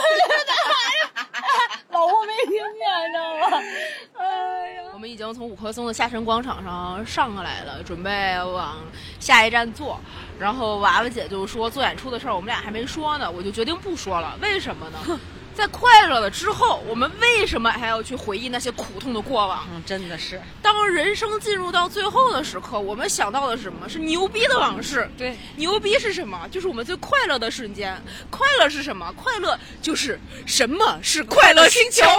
老吴没听见，你知道吗？哎呀， 我们已经从五棵松的下沉广场上上来了，准备往下一站坐。然后娃娃姐就说做演出的事儿我们俩还没说呢，我就决定不说了。为什么呢？在快乐了之后，我们为什么还要去回忆那些苦痛的过往？ 嗯，真的是。 当人生进入到最后的时刻，我们想到的是什么？是牛逼的往事。 对， 牛逼是什么？就是我们最快乐的瞬间。快乐是什么？快乐就是什么是快乐星球？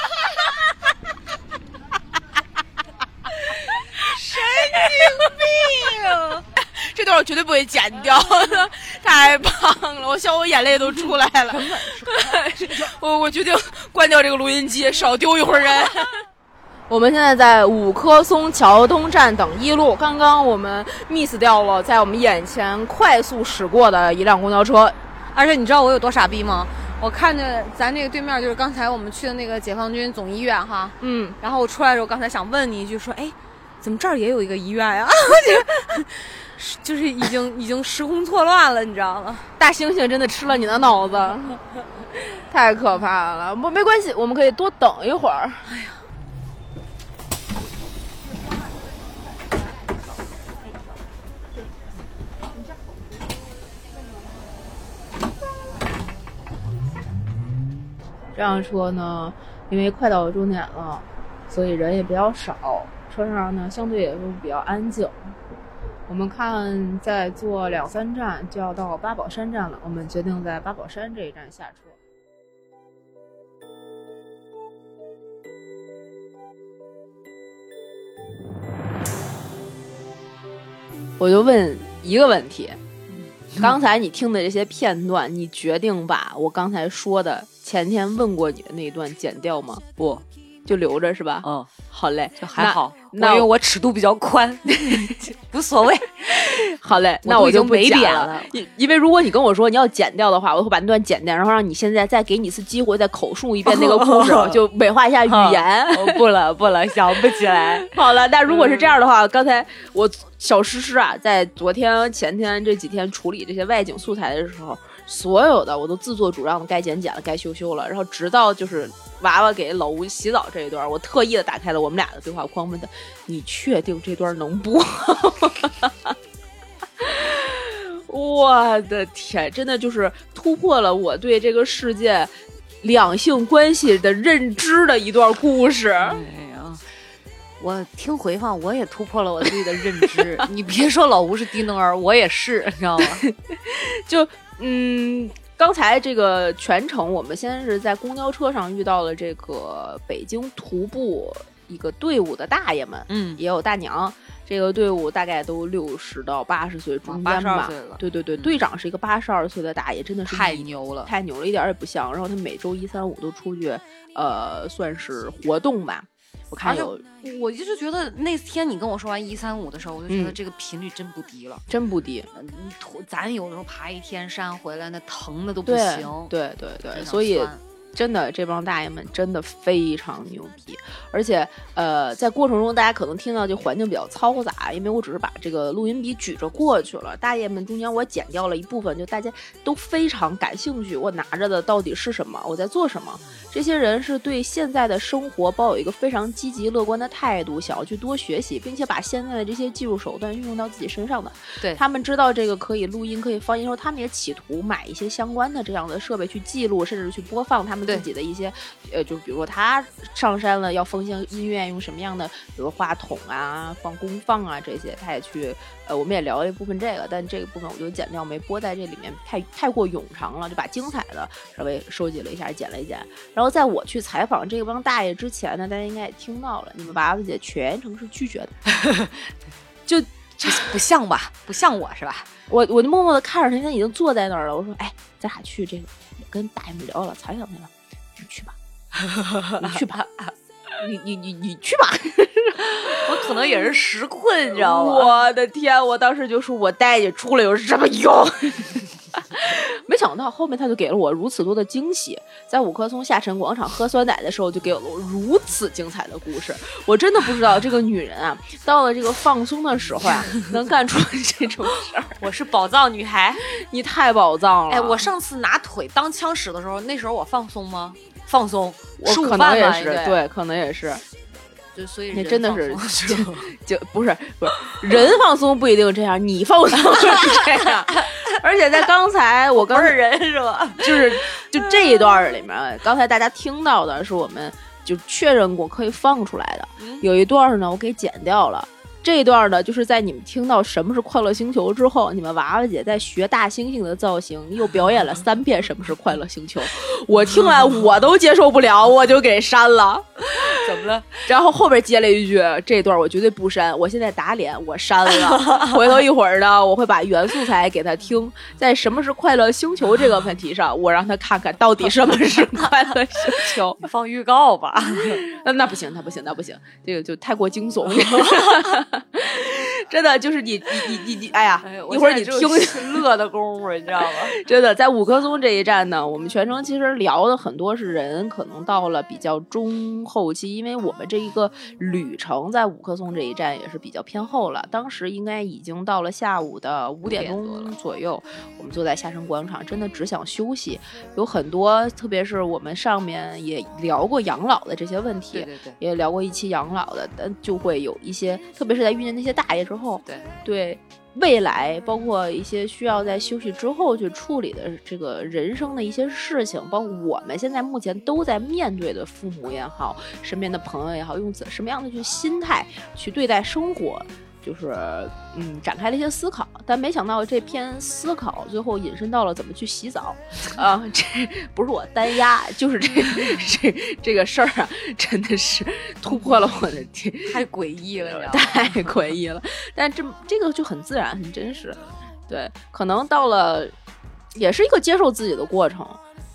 神经病！这段我绝对不会剪掉的，太棒了！我笑我眼泪都出来了。我我决定关掉这个录音机，少丢一会儿人。我们现在在五棵松桥东站等一路，刚刚我们 miss 掉了在我们眼前快速驶过的一辆公交车。 而且你知道我有多傻逼吗？我看着咱这个对面就是刚才我们去的那个解放军总医院哈， 嗯， 然后我出来的时候刚才想问你一句说，哎，怎么这儿也有一个医院呀？就是已经已经时空错乱了，你知道吗？ 大猩猩真的吃了你的脑子，太可怕了。不，没关系，我们可以多等一会儿。哎呀。这辆车呢，因为快到终点了，所以人也比较少，车上呢相对也是比较安静。我们看再坐两三站就要到八宝山站了，我们决定在八宝山这一站下车。我就问一个问题，刚才你听的这些片段，你决定把我刚才说的前天问过你的那一段剪掉吗？ 不， 就留着是吧？ 嗯， 好嘞， 就还好。 那因为我尺度比较宽，无所谓。 好嘞，那我就不没剪了。 因因为如果你跟我说你要剪掉的话，我会把那段剪掉，然后让你现在再给你一次机会，再口述一遍那个故事，就美化一下语言。 哦、不了不了，想不起来。 好了，那如果是这样的话，嗯、刚才我小诗诗啊，在昨天、前天这几天处理这些外景素材的时候。所有的我都自作主张的该剪剪了，该修修了，然后直到就是娃娃给老吴洗澡这一段，我特意的打开了我们俩的对话框，问他：“你确定这段能播？”我的天，真的就是突破了我对这个世界两性关系的认知的一段故事。 哎呀，我听回放，我也突破了我自己的认知。你别说老吴是低能儿，我也是，你知道吗？ 就。嗯，刚才这个全程我们先是在公交车上遇到了这个北京徒步一个队伍的大爷们， 嗯， 也有大娘。这个队伍大概都六十到八十岁中间吧，对对对， 嗯、 队长是一个八十二岁的大爷，真的是太牛了， 太牛了，一点也不像。然后他每周一三五都出去，呃，算是活动吧。我看有， 我一直觉得那天你跟我说完一三五的时候，我就觉得这个频率真不低了， 嗯、真不低。 你咱有的时候爬一天山回来，那疼的都不行。 对对对对，所以真的这帮大爷们真的非常牛逼。而且呃，在过程中大家可能听到这环境比较嘈杂，因为我只是把这个录音笔举着过去了。大爷们中间我剪掉了一部分，就大家都非常感兴趣，我拿着的到底是什么，我在做什么。这些人是对现在的生活抱有一个非常积极乐观的态度，想要去多学习，并且把现在的这些技术手段运用到自己身上的。 对， 他们知道这个可以录音可以放音，然后他们也企图买一些相关的这样的设备去记录，甚至去播放他们自己的一些呃，就比如说他上山了要放些音乐，用什么样的比如话筒啊，放功放啊这些，他也去呃，我们也聊了一部分这个，但这个部分我就剪掉没播在这里面，太太过冗长了，就把精彩的稍微收集了一下，剪了一剪。然后在我去采访这帮大爷之前呢，大家应该也听到了，你们娃娃姐全程是拒绝的，就不像吧，不像我是吧？ 我我就默默的看着他，他已经坐在那儿了。我说，哎，咱俩去这个，我跟大爷们聊了，采访去了，你去吧，你去吧。你你你你去吧， 我可能也是实困，你知道吗？ 我的天，我当时就说我带你出来有什么用？没想到后面他就给了我如此多的惊喜，在五棵松下沉广场喝酸奶的时候就给了我如此精彩的故事。我真的不知道这个女人啊，到了这个放松的时候啊，能干出这种事儿。 我是宝藏女孩， 你太宝藏了。 哎，我上次拿腿当枪使的时候，那时候我放松吗？放松， 我可能也是，对，可能也是。 就所以那真的是就就不是不是人放松不一定这样，你放松是这样。而且在刚才我刚不是人是吧？ 就是就这一段里面，刚才大家听到的是我们就确认过可以放出来的，有一段呢我给剪掉了。这一段呢，就是在你们听到什么是快乐星球之后，你们娃娃姐在学大猩猩的造型，又表演了三遍什么是快乐星球。我听完我都接受不了，我就给删了。 怎么了？ 然后后边接了一句，这段我绝对不删，我现在打脸，我删了。回头一会儿呢，我会把原素材给他听，在什么是快乐星球这个问题上，我让他看看到底什么是快乐星球。 放预告吧。 那那不行，那不行，那不行，这个就太过惊悚。真的就是你你你你你，哎呀，哎一会儿你听乐的功夫，你知道吗？ 真的，在五棵松这一站呢，我们全程其实聊的很多是人，可能到了比较中后期，因为我们这一个旅程在五棵松这一站也是比较偏后了。当时应该已经到了下午的五点钟左右，我们坐在下沉广场，真的只想休息。有很多，特别是我们上面也聊过养老的这些问题， 对对对， 也聊过一期养老的，但就会有一些，特别是在遇见那些大爷之后， 对对未来，包括一些需要在休息之后去处理的这个人生的一些事情，包括我们现在目前都在面对的父母也好，身边的朋友也好，用什么样的去心态去对待生活，就是嗯展开了一些思考。但没想到这篇思考最后引申到了怎么去洗澡啊、呃！这不是我单压，就是这这这个事儿啊，真的是突破了我的天， 太诡异了，你知道吗？ 太诡异了。但这这个就很自然，很真实。对，可能到了也是一个接受自己的过程。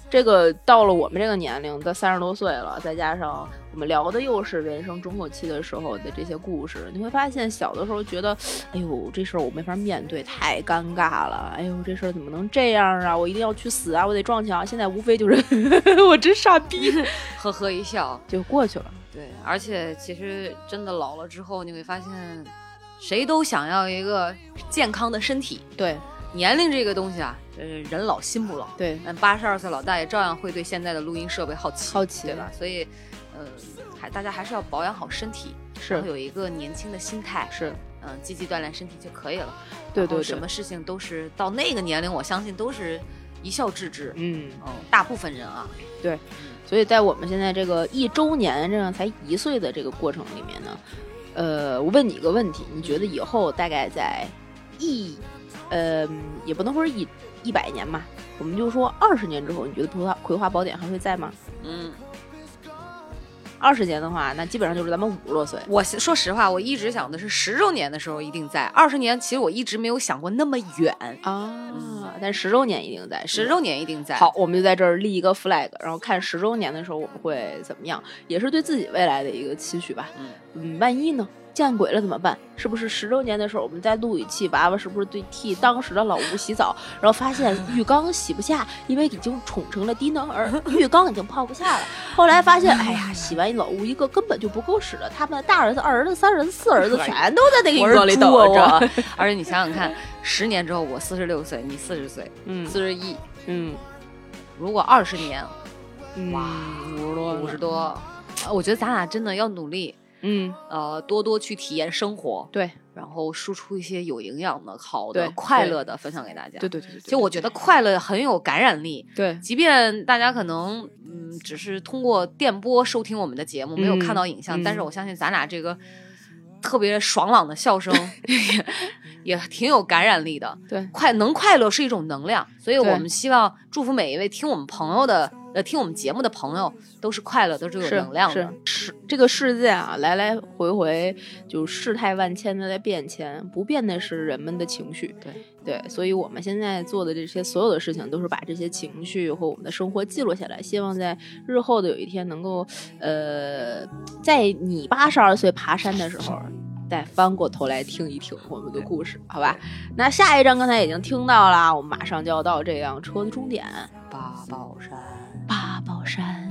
这个到了我们这个年龄，都三十多岁了，再加上我们聊的又是人生中后期的时候的这些故事，你会发现小的时候觉得，哎呦，这事儿我没法面对，太尴尬了，哎呦，这事儿怎么能这样啊？我一定要去死啊！我得撞墙。现在无非就是我真傻逼， 呵呵一笑就过去了。 对，而且其实真的老了之后，你会发现，谁都想要一个健康的身体。 对。 年龄这个东西啊，呃，人老心不老。 对， 但八十二岁老大爷照样会对现在的录音设备好奇， 好奇， 对吧？所以，呃，还大家还是要保养好身体， 是， 然后有一个年轻的心态， 是， 嗯、呃，积极锻炼身体就可以了。 对对对， 什么事情都是到那个年龄，我相信都是一笑置之。 嗯嗯，大部分人啊， 对，所以在我们现在这个一周年这样才一岁的这个过程里面呢，呃，我问你一个问题，你觉得以后大概在一呃，也不能说是一一百年嘛，我们就说二十年之后，你觉得葵花葵花宝典还会在吗？ 嗯， 二十年的话，那基本上就是咱们五十多岁。 我说实话，我一直想的是十周年的时候一定在，二十年其实我一直没有想过那么远啊。嗯、但十周年一定在， 十周年一定在。 好，我们就在这儿立一个 flag， 然后看十周年的时候我们会怎么样，也是对自己未来的一个期许吧。 嗯嗯，万一呢？见鬼了怎么办？是不是十周年的时候我们再录一期，娃娃是不是对替当时的老吴洗澡，然后发现浴缸洗不下，因为已经宠成了低能儿，浴缸已经泡不下了。后来发现，哎呀，洗完老吴一个根本就不够使的，他们的大儿子、二儿子、三儿子、四儿子全都在那个浴缸里等着。 而且你想想看，十年之后我四十六岁，你四十岁， 嗯， 四十一， 嗯， 如果二十年， 嗯、 哇， 五十多， 五十多，我觉得咱俩真的要努力。 嗯， 呃，多多去体验生活， 对， 然后输出一些有营养的、好的、快乐的分享给大家。 对对对对， 其实我觉得快乐很有感染力。 对， 即便大家可能嗯只是通过电波收听我们的节目，没有看到影像， 嗯、 但是我相信咱俩这个特别爽朗的笑声也, 也挺有感染力的。 对， 快能快乐是一种能量，所以我们希望祝福每一位听我们朋友的。呃，听我们节目的朋友都是快乐，都是有能量的。 是, 是这个世界啊，来来回回就世态万千的在变迁，不变的是人们的情绪。 对对，所以我们现在做的这些所有的事情，都是把这些情绪和我们的生活记录下来，希望在日后的有一天能够，呃，在你八十二岁爬山的时候。再翻过头来听一听我们的故事，好吧？那下一站刚才已经听到了，我们马上就要到这辆车的终点—— 八宝山。 八宝山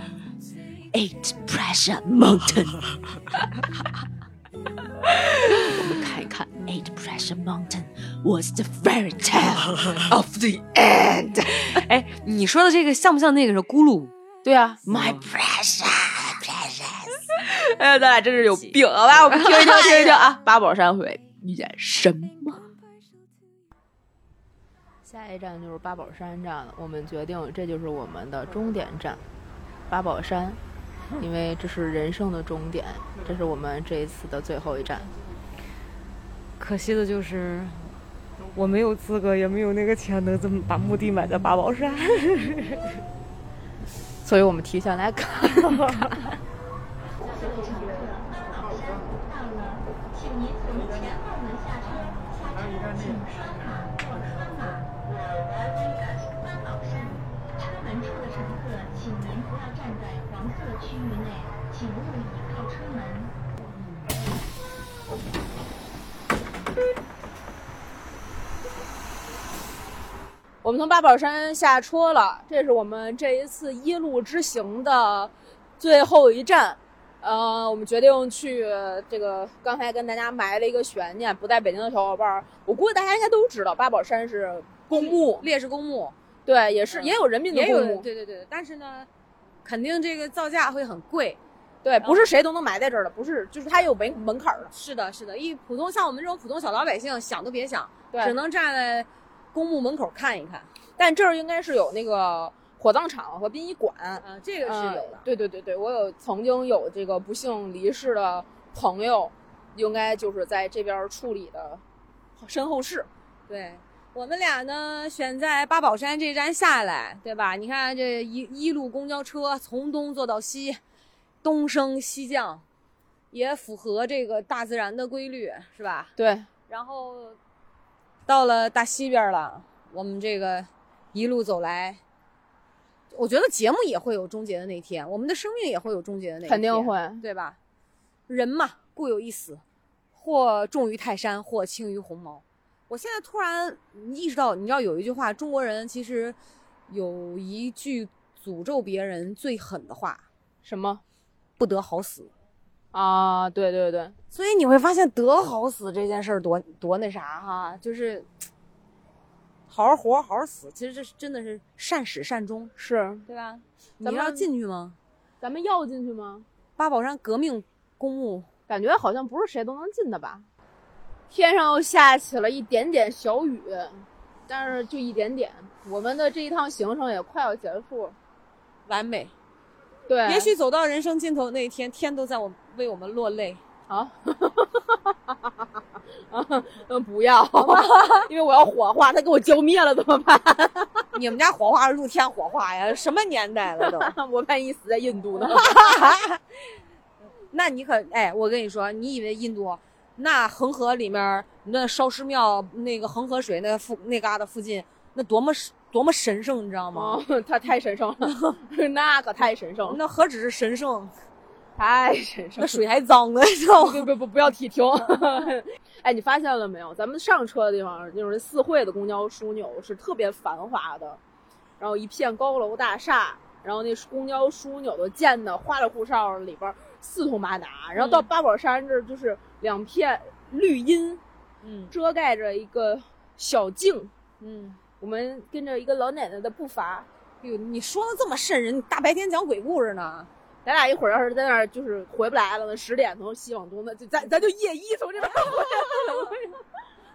，Eight Pressure Mountain。我们看一看 ，Eight Pressure Mountain was the fairy tale of the end。 哎，你说的这个像不像那个是咕噜？ 对啊 ，My precious。哎呀，咱俩真是有病，好吧？我们听一听，听一听啊！八宝山会遇见什么？下一站就是八宝山站了，我们决定这就是我们的终点站，八宝山，因为这是人生的终点，这是我们这一次的最后一站。 可惜的就是我没有资格，也没有那个钱能这么把墓地买在八宝山， 所以我们提前来看。我们从八宝山下车了，这是我们这一次一路之行的最后一站。呃，我们决定去这个，刚才跟大家埋了一个悬念，不在北京的小伙伴，我估计大家应该都知道，八宝山是公墓， 烈士公墓， 对，也是、嗯、也有人民的公墓， 对对对，但是呢，肯定这个造价会很贵。 对，不是谁都能埋在这儿的，不是，就是它有门门槛的。 是的，是的，一普通像我们这种普通小老百姓，想都别想， 对， 只能站在公墓门口看一看。 但这儿应该是有那个火葬场和殡仪馆， 啊，这个是有的。 呃、对对对对，我有曾经有这个不幸离世的朋友，应该就是在这边处理的身后事。 对。我们俩呢选在八宝山这站下来，对吧？你看这一一路公交车从东坐到西，东升西降，也符合这个大自然的规律，是吧？ 对。 然后到了大西边了，我们这个一路走来， 我觉得节目也会有终结的那天，我们的生命也会有终结的那天， 肯定会， 对吧？人嘛，固有一死，或重于泰山，或轻于鸿毛。我现在突然意识到，你知道有一句话，中国人其实有一句诅咒别人最狠的话， 什么？ 不得好死。 啊，对对对， 所以你会发现得好死这件事儿多多那啥哈，就是好好活好好死，其实这真的是善始善终， 是对吧？ 咱们你要进去吗？ 咱们要进去吗？ 八宝山革命公墓， 感觉好像不是谁都能进的吧？天上又下起了一点点小雨，但是就一点点。我们的这一趟行程也快要结束， 完美。 对， 也许走到人生尽头那一天，天都在我为我们落泪。 啊，嗯，不要，因为我要火化，他给我浇灭了怎么办？ 你们家火化是露天火化呀？什么年代了都？ 我万一死在印度呢？ 那你可哎，我跟你说，你以为印度那恒河里面那烧尸庙那个恒河水那附那嘎达附近那多么多么神圣，你知道吗？ 哦，它太神圣了，那可太神圣了。 那何止是神圣， 太神圣了， 那水还脏呢，知道吗？ 不不不，不要体停。哎，你发现了没有？咱们上车的地方，那种四惠的公交枢纽是特别繁华的，然后一片高楼大厦，然后那公交枢纽都建的花里胡哨，里边四通八达。然后到八宝山这儿就是两片绿荫， 嗯， 遮盖着一个小径， 嗯。 我们跟着一个老奶奶的步伐。 哎呦，你说的这么瘆人，你大白天讲鬼故事呢？ 咱俩一会儿要是在那儿就是回不来了，那十点从西往东，那就咱咱就夜一从这边回来了。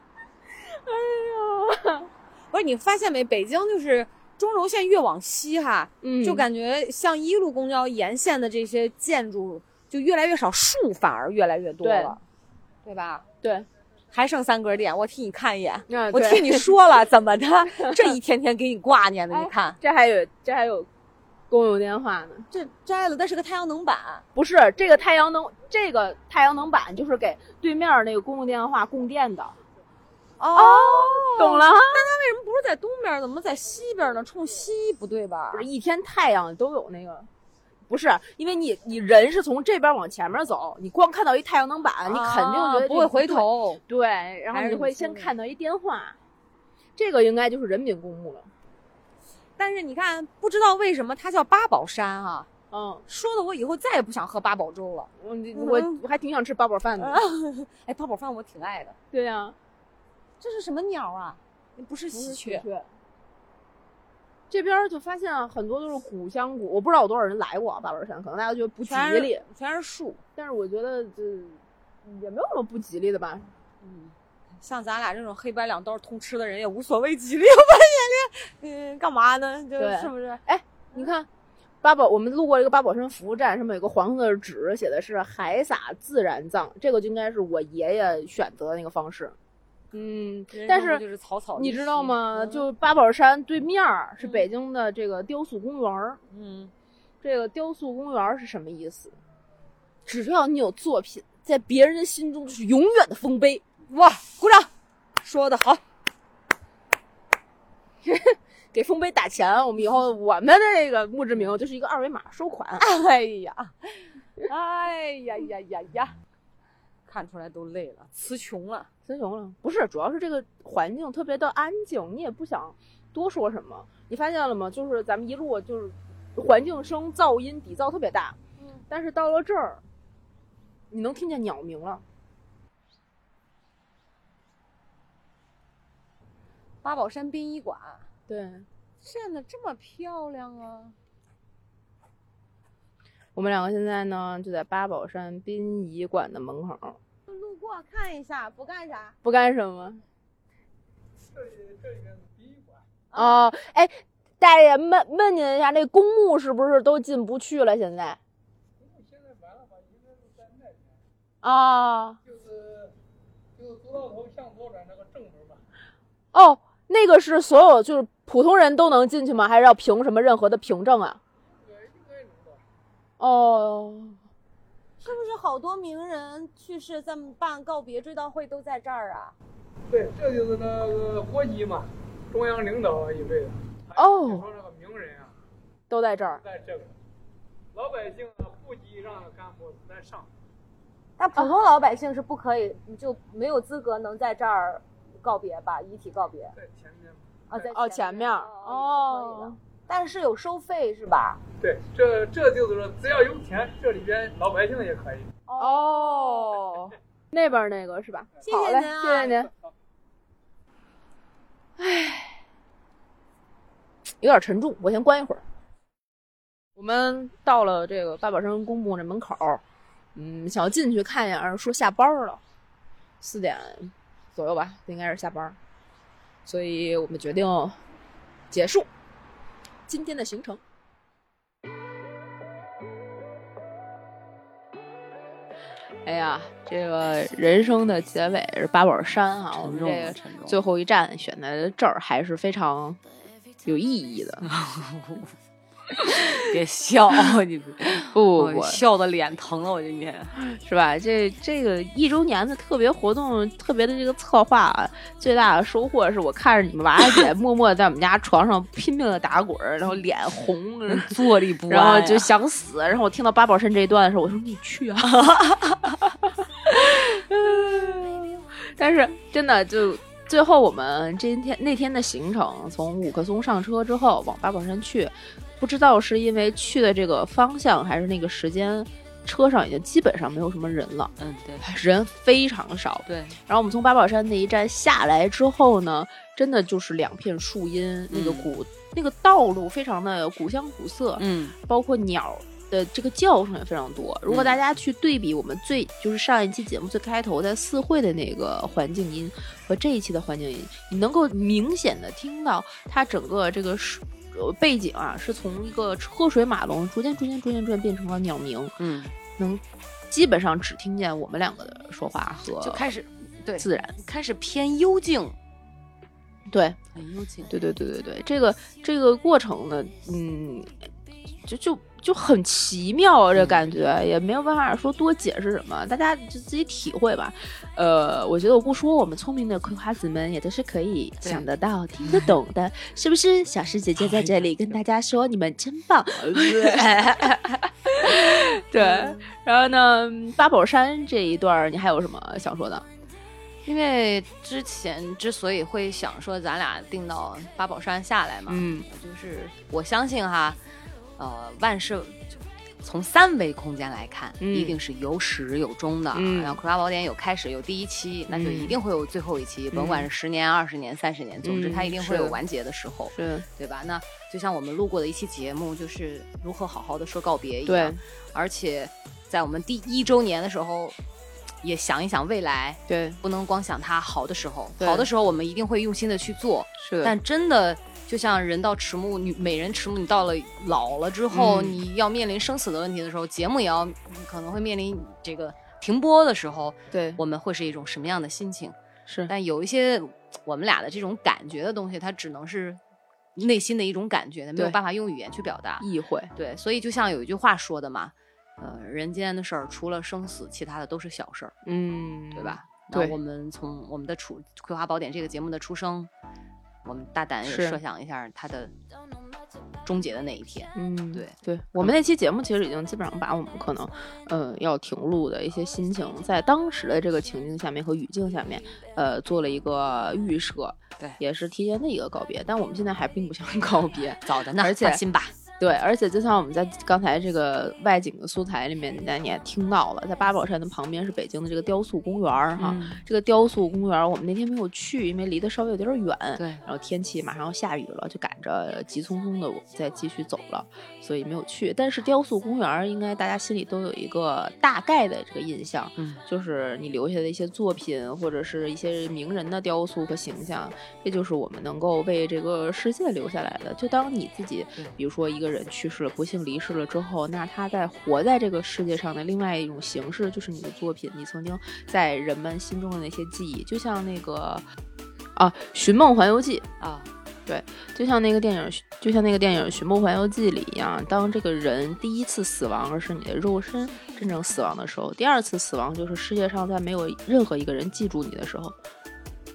哎呀， 不是你发现没？北京就是中轴线越往西哈， 嗯， 就感觉像一路公交沿线的这些建筑就越来越少，树反而越来越多了，对, 对吧？ 对。 还剩三格店，我替你看一眼。 嗯、 我替你说了，怎么的？这一天天给你挂念的，你看， 哎、这还有这还有公用电话呢。 这摘了，但是个太阳能板。 不是这个太阳能，这个太阳能板就是给对面那个公用电话供电的。 哦， 懂了。 那它为什么不是在东边，怎么在西边呢？冲西不对吧？ 不是一天太阳都有那个。不是，因为你你人是从这边往前面走，你光看到一太阳能板，啊、你肯定觉得不会回头。 对，然后你会先看到一电话，这个应该就是人民公墓了。 但是你看，不知道为什么它叫八宝山啊？ 嗯， 说的我以后再也不想喝八宝粥了。 我我我还挺想吃八宝饭的。 哎，八宝饭我挺爱的。 对呀、啊， 这是什么鸟啊？不是喜鹊。 这边就发现很多都是古香古，我不知道有多少人来过八宝山，可能大家觉得不吉利， 全是, 全是树。 但是我觉得这也没有什么不吉利的吧。 嗯，像咱俩这种黑白两道通吃的人也无所谓吉利，我发现嗯，干嘛呢？就是不是？ 哎，你看八宝，我们路过这个八宝山服务站，上面有个黄色的纸，写的是海撒自然葬，这个就应该是我爷爷选择的那个方式。嗯，但是就是草草你知道吗？嗯、就八宝山对面是北京的这个雕塑公园。 嗯， 这个雕塑公园是什么意思？只要你有作品，在别人的心中就是永远的丰碑。 哇，鼓掌，说得好。 给丰碑打钱，我们以后我们的这个墓志铭就是一个二维码收款。 哎呀，哎呀呀呀呀！看出来都累了，词穷了， 词穷了。不是，主要是这个环境特别的安静，你也不想多说什么。你发现了吗？就是咱们一路就是环境声、噪音底噪特别大，嗯，但是到了这儿，你能听见鸟鸣了。 八宝山殡仪馆， 对， 建的这么漂亮啊！ 我们两个现在呢，就在八宝山殡仪馆的门口。 路过看一下，不干啥？ 不干什么？ 这里这里面是殡仪馆。 哦，哎，大爷问问您一下，那公墓是不是都进不去了？现在？ 公墓现在完了吧？应该是在那边。 啊。 就是就是走到头向左转那个正门吧。 哦，那个是所有就是普通人都能进去吗？还是要凭什么任何的凭证啊？哦， 是不是好多名人去世，咱们办告别追悼会都在这儿啊？ 对，这就是那个国际嘛，中央领导一辈的。 哦。 说那个名人啊， 都在这儿。 在这个，老百姓呢，户籍上的干部在上。 那普通老百姓是不可以，就没有资格能在这儿告别吧？遗体告别。 在前面。 啊，在哦前面哦，但是有收费是吧？ 对，这这就是说，只要有钱，这里边老百姓也可以。 哦，那边那个是吧？ 谢谢您啊， 谢谢您。唉，有点沉重，我先关一会儿。我们到了这个八宝山公墓这门口，嗯，想要进去看一眼，说下班了，四点左右吧，应该是下班，所以我们决定结束今天的行程。哎呀，这个人生的结尾是八宝山啊，我们这个最后一站选的这儿还是非常有意义的。 别笑，你不不不， 笑的脸疼了，我今天是吧？这这个一周年的特别活动，特别的这个策划啊，最大的收获是我看着你们娃娃姐默默在我们家床上拼命的打滚，然后脸红， 坐立不安、啊， 然后就想死。然后我听到八宝山这一段的时候，我说你去啊！但是真的就。最后我们今天那天的行程，从五棵松上车之后往八宝山去，不知道是因为去的这个方向还是那个时间，车上已经基本上没有什么人了。 嗯，对， 人非常少。 对， 然后我们从八宝山那一站下来之后呢，真的就是两片树荫，那个古、嗯、那个道路非常的古香古色， 嗯， 包括鸟的这个叫声也非常多。如果大家去对比我们最就是上一期节目最开头在四会的那个环境音和这一期的环境音，你能够明显的听到它整个这个背景啊是从一个车水马龙逐渐逐渐逐渐逐渐变成了鸟鸣， 嗯， 能基本上只听见我们两个的说话和就开始对自然开始偏幽静。 对， 很幽静。 对对对对对，这个这个过程呢，嗯，就就就很奇妙啊，这感觉、嗯、也没有办法说多解释什么，大家就自己体会吧。呃，我觉得我不说，我们聪明的葵花子们也都是可以想得到、听得懂的，是不是？小师姐姐在这里跟大家说，你们真棒。对，然后呢，八宝山这一段你还有什么想说的？ 因为之前之所以会想说咱俩定到八宝山下来嘛， 嗯， 就是我相信哈，呃，万事从三维空间来看， 嗯、 一定是有始有终的。 嗯、 然后《葵花宝典》有开始有第一期，那就一定会有最后一期， 嗯、 甭管是十年、二十年、三十年，总之它一定会有完结的时候， 是对吧？那就像我们录过的一期节目，就是如何好好的说告别一样。 对， 而且在我们第一周年的时候。也想一想未来， 对， 不能光想它好的时候，好的时候我们一定会用心的去做， 是的。 但真的就像人到迟暮，女美人迟暮，你到了老了之后、嗯，你要面临生死的问题的时候，节目也要可能会面临这个停播的时候， 对， 我们会是一种什么样的心情？ 是， 但有一些我们俩的这种感觉的东西，它只能是内心的一种感觉，没有办法用语言去表达， 意会。 对，所以就像有一句话说的嘛。呃，人间的事儿除了生死，其他的都是小事儿， 嗯， 对吧？ 对， 那我们从我们的出《葵花宝典》这个节目的出生，我们大胆也设想一下它的终结的那一天。 嗯， 对对，我们那期节目其实已经基本上把我们可能呃要停录的一些心情，在当时的这个情境下面和语境下面，呃，做了一个预设， 对， 也是提前的一个告别。但我们现在还并不想告别， 早的呢， 而且放心吧。 对，而且就像我们在刚才这个外景的素材里面，你也听到了，在八宝山的旁边是北京的这个雕塑公园哈、 嗯。 这个雕塑公园我们那天没有去，因为离得稍微有点远。 对。 然后天气马上要下雨了，就赶着急匆匆的再继续走了，所以没有去。但是雕塑公园应该大家心里都有一个大概的这个印象， 嗯， 就是你留下的一些作品或者是一些名人的雕塑和形象，这就是我们能够为这个世界留下来的。就当你自己，比如说一个人去世了，不幸离世了之后，那他在活在这个世界上的另外一种形式，就是你的作品，你曾经在人们心中的那些记忆，就像那个啊《寻梦环游记》 啊， 对，就像那个电影，就像那个电影《寻梦环游记》里一样，当这个人第一次死亡，而是你的肉身真正死亡的时候，第二次死亡就是世界上再没有任何一个人记住你的时候。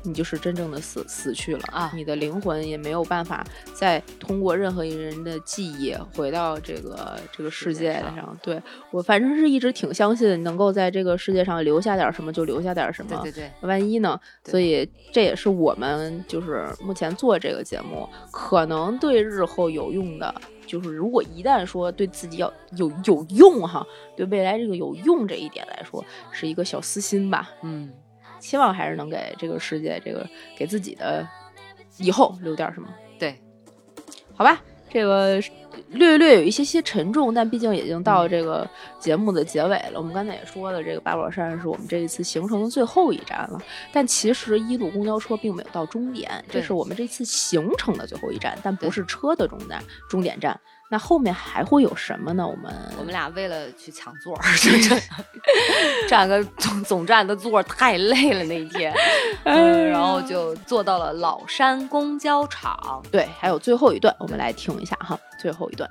你就是真正的死死去了啊！你的灵魂也没有办法再通过任何一人的记忆回到这个这个世界上。对，我反正是一直挺相信能够在这个世界上留下点什么就留下点什么。 对对对， 万一呢？所以这也是我们就是目前做这个节目可能对日后有用的。就是如果一旦说对自己要有有用哈，对未来这个有用这一点来说，是一个小私心吧。 嗯， 希望还是能给这个世界，这个给自己的以后留点什么。 对， 好吧，这个略略有一些些沉重，但毕竟已经到这个节目的结尾了。我们刚才也说了，这个八宝山是我们这一次行程的最后一站了。但其实一路公交车并没有到终点，这是我们这次行程的最后一站，但不是车的终站终点站。那后面还会有什么呢？我们我们俩为了去抢座，占个总总站的座太累了那一天，嗯，然后就坐到了老山公交场。 对，还有最后一段，我们来听一下哈，最后一段。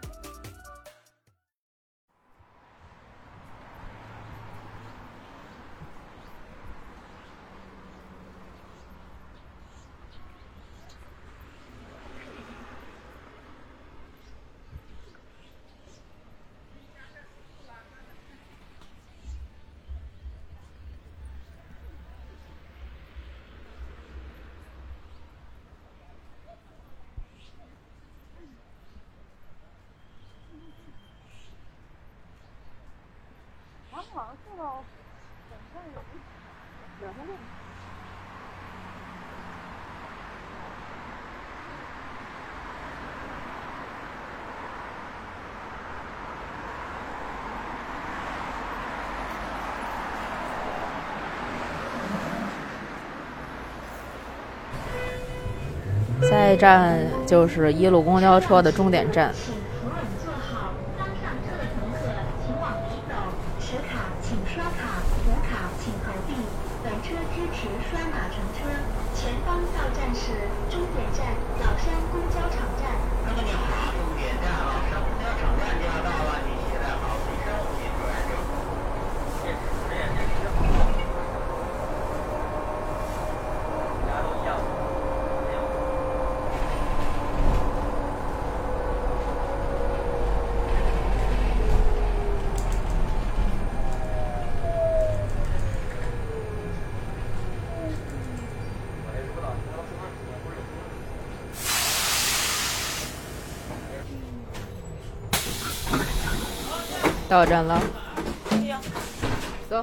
下一站就是一路公交车的终点站。 请扶稳坐好，刚上车的乘客请往里走，持卡请刷卡，无卡请投币。本车支持刷码乘车。前方到站是终点站老山公交场站。 朋友你好，终点站老山公交场站就要到了，请携带好随身物品，注意安全。这这也这是好。大家都一样。 到站了，走，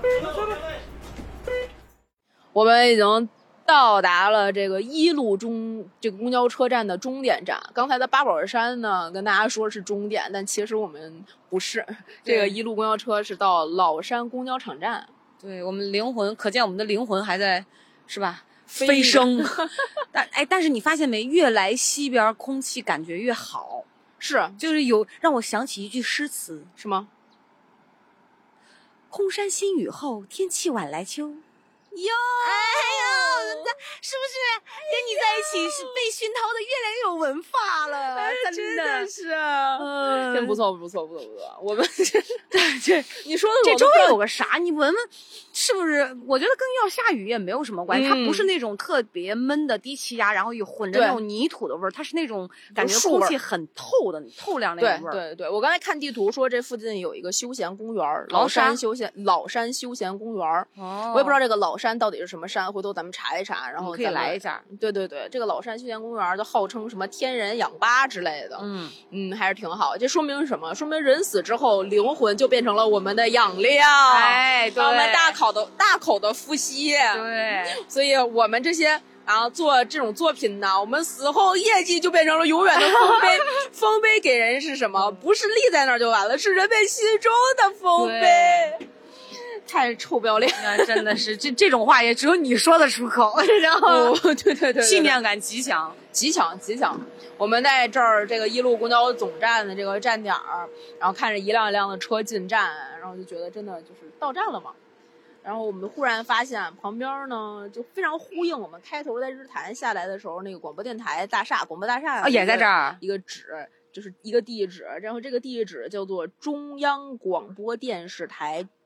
我们已经到达了这个一路中这个公交车站的终点站。刚才的八宝山呢，跟大家说是终点，但其实我们不是。这个一路公交车是到老山公交场站。 对，我们灵魂，可见我们的灵魂还在，是吧？飞升。但哎，但是你发现没？越来西边空气感觉越好。 是， 就是有让我想起一句诗词， 是吗？ 空山新雨后，天气晚来秋。 哟，哎呦， 是不是跟你在一起是被熏陶的越来越有文化了？ 哎、 真的, 真的是，嗯，真不错，不错，不错，不错。我们对这你说的这周围有个啥？你闻闻，是不是？我觉得跟要下雨也没有什么关系。嗯、它不是那种特别闷的低气压，然后又混着那种泥土的味儿，它是那种感觉空气很透的、透亮那种味儿。 对对对，我刚才看地图说这附近有一个休闲公园，老山休闲老山休闲公园。哦，我也不知道这个老山到底是什么山，回头咱们查一查，然后可以来一下。 对对对，这个老山休闲公园就号称什么天人氧吧之类的， 嗯嗯，还是挺好。这说明什么？说明人死之后，灵魂就变成了我们的养料， 哎，对， 我们大口的大口的呼吸， 对， 所以我们这些。然后做这种作品呢，我们死后业绩就变成了永远的丰碑。丰碑给人是什么？不是立在那儿就完了，是人们心中的丰碑。太臭不要脸了，真的是这这种话也只有你说得出口，然后、 哦、对对 对, 对， 信念感极强， 极强极强。我们在这儿这个一路公交总站的这个站点儿，然后看着一辆一辆的车进站，然后就觉得真的就是到站了嘛。然后我们忽然发现旁边呢，就非常呼应我们开头在日坛下来的时候那个广播电台大厦，广播大厦、 哦、也在这儿， 一个址就是一个地址，然后这个地址叫做中央广播电视台。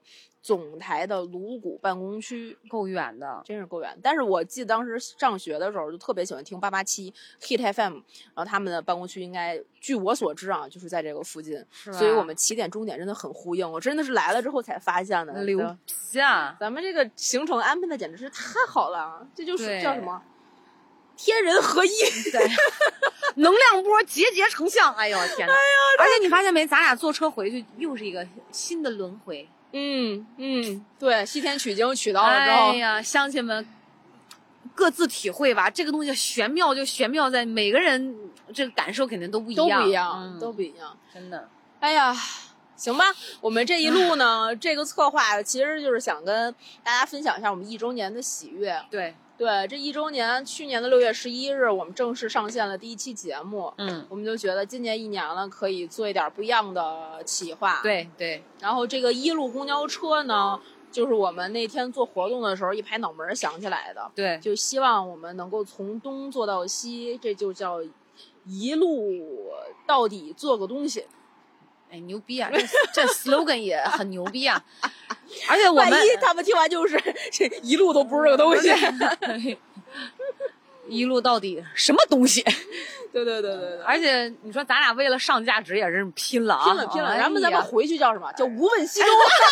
总台的颅骨办公区， 够远的， 真是够远。但是我记得当时上学的时候就特别喜欢听八八七 Hit F M， 然后他们的办公区应该据我所知啊，就是在这个附近，所以我们起点终点真的很呼应。我真的是来了之后才发现的， 牛逼啊！ 咱们这个行程安排的简直是太好了，这就是叫什么？天人合一， 对，能量波节节成像。哎呦天哪！哎呀，而且你发现没，咱俩坐车回去又是一个新的轮回。 嗯嗯，对，西天取经取到了之后， 哎呀，乡亲们各自体会吧。这个东西玄妙就玄妙在每个人这个感受肯定都不一样， 都不一样， 嗯、 都不一样， 真的。 哎呀。行吧，我们这一路呢，这个策划其实就是想跟大家分享一下我们一周年的喜悦。 对对，这一周年，去年的六月十一日，我们正式上线了第一期节目。 嗯， 我们就觉得今年一年了，可以做一点不一样的企划。 对对。 然后这个一路公交车呢，就是我们那天做活动的时候一拍脑门想起来的。 对， 就希望我们能够从东做到西，这就叫一路到底做个东西。 哎，牛逼啊！这这 slogan 也很牛逼啊！而且我们万一他们听完就是这一路都不是这个东西， 一路到底什么东西？ 对对对对对！ 而且你说咱俩为了上价值也是拼了啊， 拼了拼了！咱们咱们回去叫什么？叫无问西东，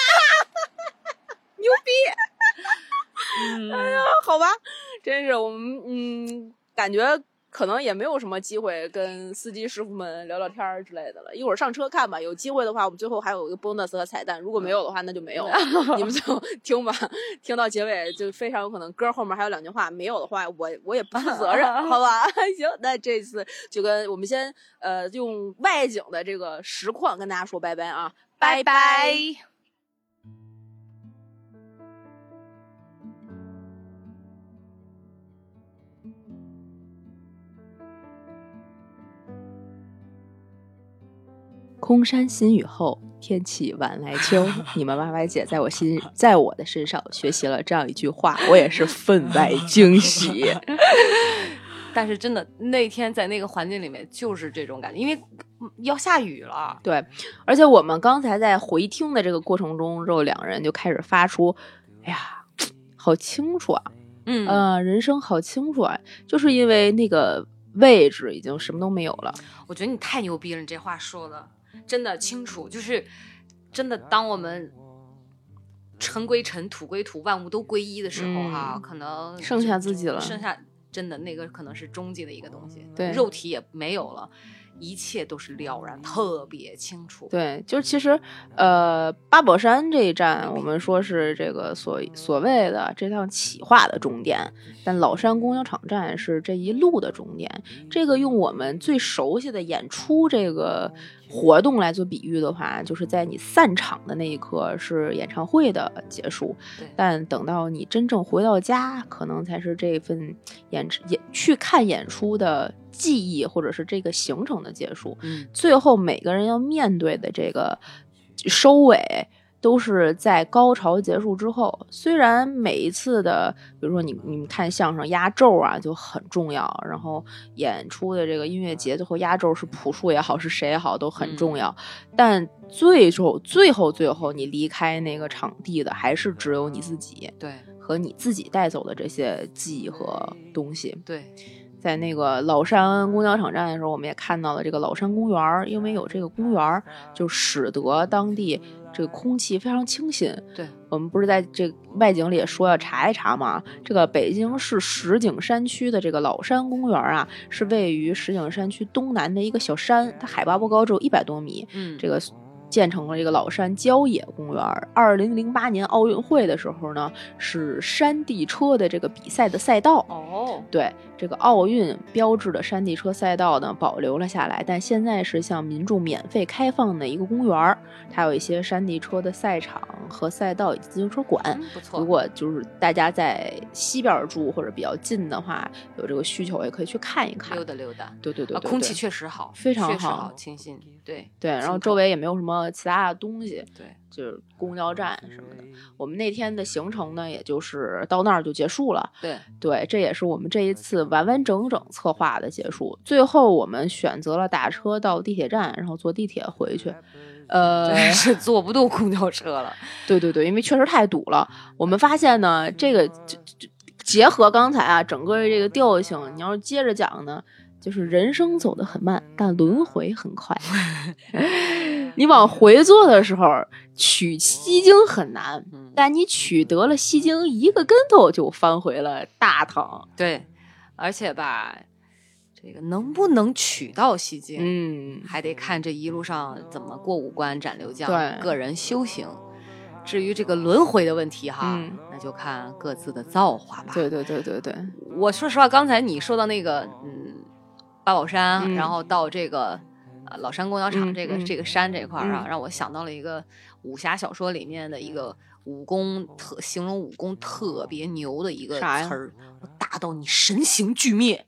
牛逼！ 嗯， 哎呀，好吧，真是我们嗯，感觉。可能也没有什么机会跟司机师傅们聊聊天之类的了，一会儿上车看吧。有机会的话，我们最后还有一个 bonus 和彩蛋，如果没有的话，那就没有了。你们就听吧，听到结尾就非常有可能歌后面还有两句话，没有的话，我我也不负责任，好吧？行，那这次就跟我们先呃用外景的这个实况跟大家说拜拜啊，拜拜。空山新雨后，天气晚来秋。你们 Y Y 姐在我心，在我的身上学习了这样一句话，我也是分外惊喜。 但是真的，那天在那个环境里面就是这种感觉，因为要下雨了。 对，而且我们刚才在回听的这个过程中，之后两人就开始发出，哎呀，好清楚啊， 嗯呃，人生好清楚啊，就是因为那个位置已经什么都没有了。 我觉得你太牛逼了，你这话说的。真的清楚，就是真的当我们尘归尘土归土万物都归一的时候哈、啊嗯、可能剩下自己了， 剩下真的那个可能是终极的一个东西， 对， 肉体也没有了，一切都是了然，特别清楚。 对，就是其实呃八宝山这一站我们说是这个所所谓的这趟企划的终点，但老山公交场站是这一路的终点。这个用我们最熟悉的演出这个活动来做比喻的话，就是在你散场的那一刻是演唱会的结束，但等到你真正回到家，可能才是这份演演去看演出的记忆，或者是这个行程的结束。 嗯， 最后每个人要面对的这个收尾都是在高潮结束之后。虽然每一次的比如说你你们看相声压轴啊就很重要，然后演出的这个音乐节最后压轴是朴树也好是谁也好都很重要、嗯、但最后最后最后你离开那个场地的还是只有你自己， 对， 和你自己带走的这些记忆和东西。 对， 在那个老山公交场站的时候，我们也看到了这个老山公园，因为有这个公园就使得当地这个空气非常清新。 对， 我们不是在这个外景里也说要查一查吗？这个北京市石景山区的这个老山公园啊，是位于石景山区东南的一个小山，它海拔不高，只有一百多米。 嗯， 这个建成了这个老山郊野公园。二零零八年奥运会的时候呢，是山地车的这个比赛的赛道。 哦， 对，这个奥运标志的山地车赛道呢保留了下来，但现在是向民众免费开放的一个公园，它有一些山地车的赛场和赛道以及自行车馆、 嗯、不错。 如果就是大家在西边住或者比较近的话，有这个需求也可以去看一看， 溜达溜达。 对对 对, 对, 对、啊、 空气确实好， 非常好， 确实好，清新。对对，然后周围也没有什么其他的东西， 对， 就是公交站什么的。我们那天的行程呢，也就是到那儿就结束了。 对对，这也是我们这一次完完整整策划的结束。最后我们选择了打车到地铁站，然后坐地铁回去。 呃， 是坐不动公交车了。 对对对，因为确实太堵了。我们发现呢，这个就就结合刚才啊整个这个调性，你要是接着讲呢，就是人生走得很慢，但轮回很快。你往回坐的时候，取西经很难，但你取得了西经，一个跟头就翻回了大唐。 对，而且吧。这个能不能取到西经， 嗯， 还得看这一路上怎么过五关斩六将， 对， 个人修行。至于这个轮回的问题哈， 嗯、 那就看各自的造化吧。 对对对对对， 我说实话，刚才你说到那个嗯八宝山， 嗯、 然后到这个呃老山公交场、 嗯、 这个、 嗯、 这个山这块啊、 嗯， 让我想到了一个武侠小说里面的一个武功特形容武功特别牛的一个词儿，我打到你神形俱灭。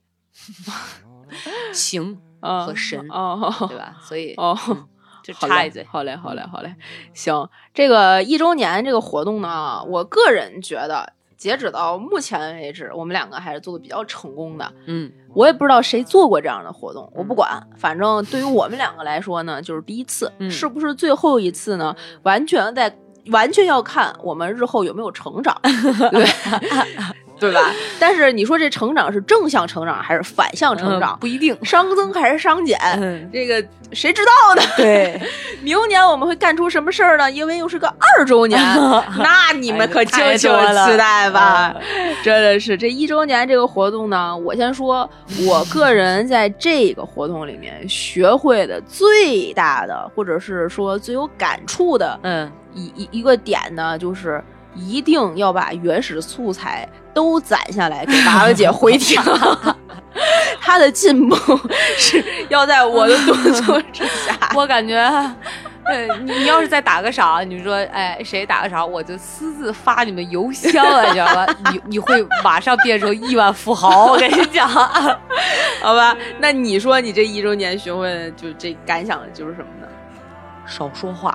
形和神、 哦， 对吧？所以哦， 嗯、就插一嘴。 好嘞，好嘞，好嘞。行，这个一周年这个活动呢，我个人觉得，截止到目前为止，我们两个还是做的比较成功的。 嗯， 我也不知道谁做过这样的活动，我不管，反正对于我们两个来说呢，就是第一次， 嗯、 是不是最后一次呢？完全在，完全要看我们日后有没有成长，对。对吧？但是你说这成长是正向成长还是反向成长， 嗯、不一定， 熵增还是熵减， 嗯、 这个谁知道呢？ 对， 明年我们会干出什么事儿呢？因为又是个二周年，那你们可敬请期待吧！哎、真的是这一周年这个活动呢，我先说，我个人在这个活动里面学会的最大的，或者是说最有感触的， 嗯， 一一一个点呢，就是一定要把原始素材都攒下来给娃娃姐回听。她的进步是要在我的督促之下。 我感觉呃，你要是再打个赏，你说哎谁打个赏，我就私自发你们邮箱了，你知道吧？你你会马上变成亿万富豪，我跟你讲。 好吧，那你说你这一周年学会的就这感想就是什么呢？ 少说话。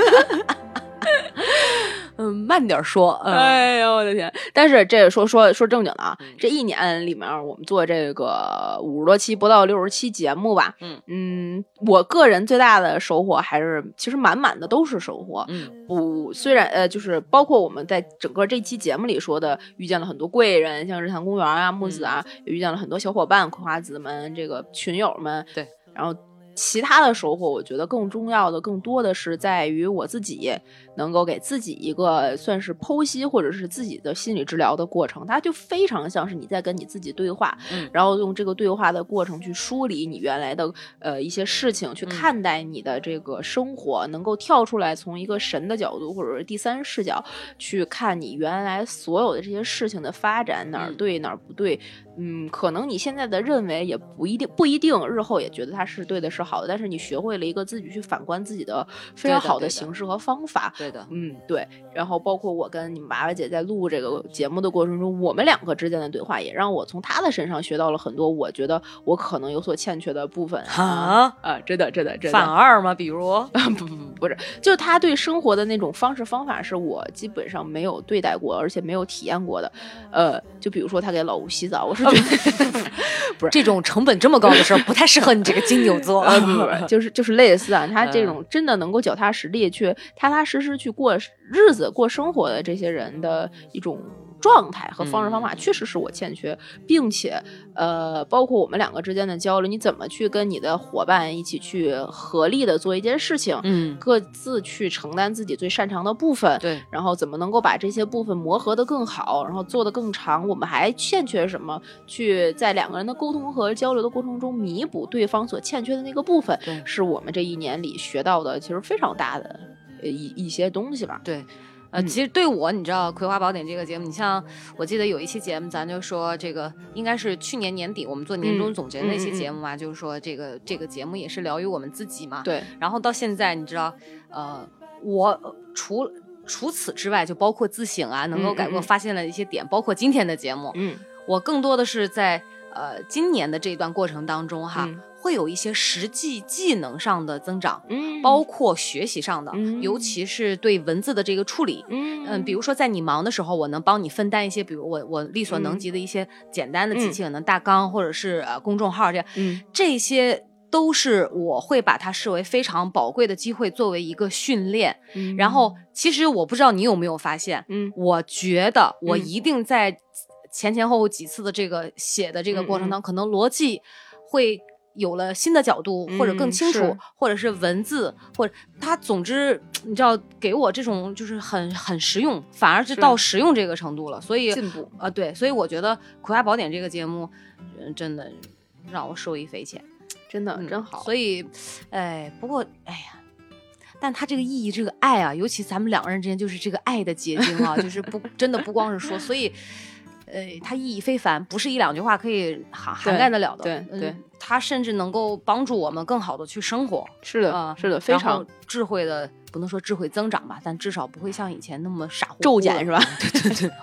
嗯，慢点说。嗯、 哎呦我的天！但是这说说说正经的啊，这一年里面我们做这个五十多期不到六十期节目吧， 嗯嗯，我个人最大的收获还是其实满满的都是收获。 嗯， 不，虽然呃，就是包括我们在整个这期节目里说的，遇见了很多贵人，像日坛公园啊、木子啊， 嗯、 也遇见了很多小伙伴、葵花籽们、这个群友们。 对， 然后。其他的收获，我觉得更重要的、更多的是在于我自己能够给自己一个算是剖析，或者是自己的心理治疗的过程。它就非常像是你在跟你自己对话， 嗯、 然后用这个对话的过程去梳理你原来的呃一些事情，去看待你的这个生活，嗯、能够跳出来，从一个神的角度或者是第三视角去看你原来所有的这些事情的发展，哪儿对哪儿不对。嗯，可能你现在的认为也不一定，不一定日后也觉得它是对的，是好的，但是你学会了一个自己去反观自己的非常好的形式和方法。 对的， 嗯，对。然后包括我跟你们娃娃姐在录这个节目的过程中，我们两个之间的对话也让我从她的身上学到了很多，我觉得我可能有所欠缺的部分啊啊，真的真的真的。 反二吗？比如不不不不是，就是她对生活的那种方式方法是我基本上没有对待过，而且没有体验过的。呃，就比如说她给老吴洗澡，我是。 不是这种成本这么高的事儿，不太适合你这个金牛座。 呃，不是，就是就是类似啊，他这种真的能够脚踏实地去踏踏实实去过日子、过生活的这些人的一种状态和方式方法，确实是我欠缺，并且呃，包括我们两个之间的交流，你怎么去跟你的伙伴一起去合力的做一件事情， 嗯， 各自去承担自己最擅长的部分， 对， 然后怎么能够把这些部分磨合得更好，然后做得更长，我们还欠缺什么，去在两个人的沟通和交流的过程中弥补对方所欠缺的那个部分， 对， 是我们这一年里学到的其实非常大的一一些东西吧。 对。呃，其实对我，你知道《葵花宝典》这个节目，你像我记得有一期节目，咱就说这个应该是去年年底我们做年终总结的那期节目嘛，嗯嗯嗯、就是说这个这个节目也是疗愈我们自己嘛。 对。 然后到现在，你知道，呃，我除除此之外，就包括自省啊，能够改过，发现了一些点，嗯嗯、包括今天的节目， 嗯， 我更多的是在呃今年的这段过程当中哈。 嗯， 会有一些实际技能上的增长， 嗯， 包括学习上的， 嗯， 尤其是对文字的这个处理， 嗯嗯，比如说在你忙的时候，我能帮你分担一些，比如我我力所能及的一些简单的机器，可能大纲或者是呃公众号这样， 嗯， 这些都是我会把它视为非常宝贵的机会，作为一个训练。嗯、然后，其实我不知道你有没有发现，嗯，我觉得我一定在前前后后几次的这个写的这个过程当中，嗯、可能逻辑会有了新的角度，或者更清楚，嗯、或者是文字，或者它总之，你知道，给我这种就是很很实用，反而是到实用这个程度了。所以进步啊、呃，对，所以我觉得《葵花宝典》这个节目，嗯，真的让我受益匪浅。 真的、嗯、真好， 所以，哎，不过，哎呀，但它这个意义，这个爱啊，尤其咱们两个人之间就是这个爱的结晶啊，就是不真的不光是说，所以，呃，它意义非凡，不是一两句话可以涵涵盖得了的。 对对、对、 嗯，它甚至能够帮助我们更好的去生活。 是的， 呃、 是的，非常智慧的，不能说智慧增长吧，但至少不会像以前那么傻乎乎骤减，是吧？ 对对对。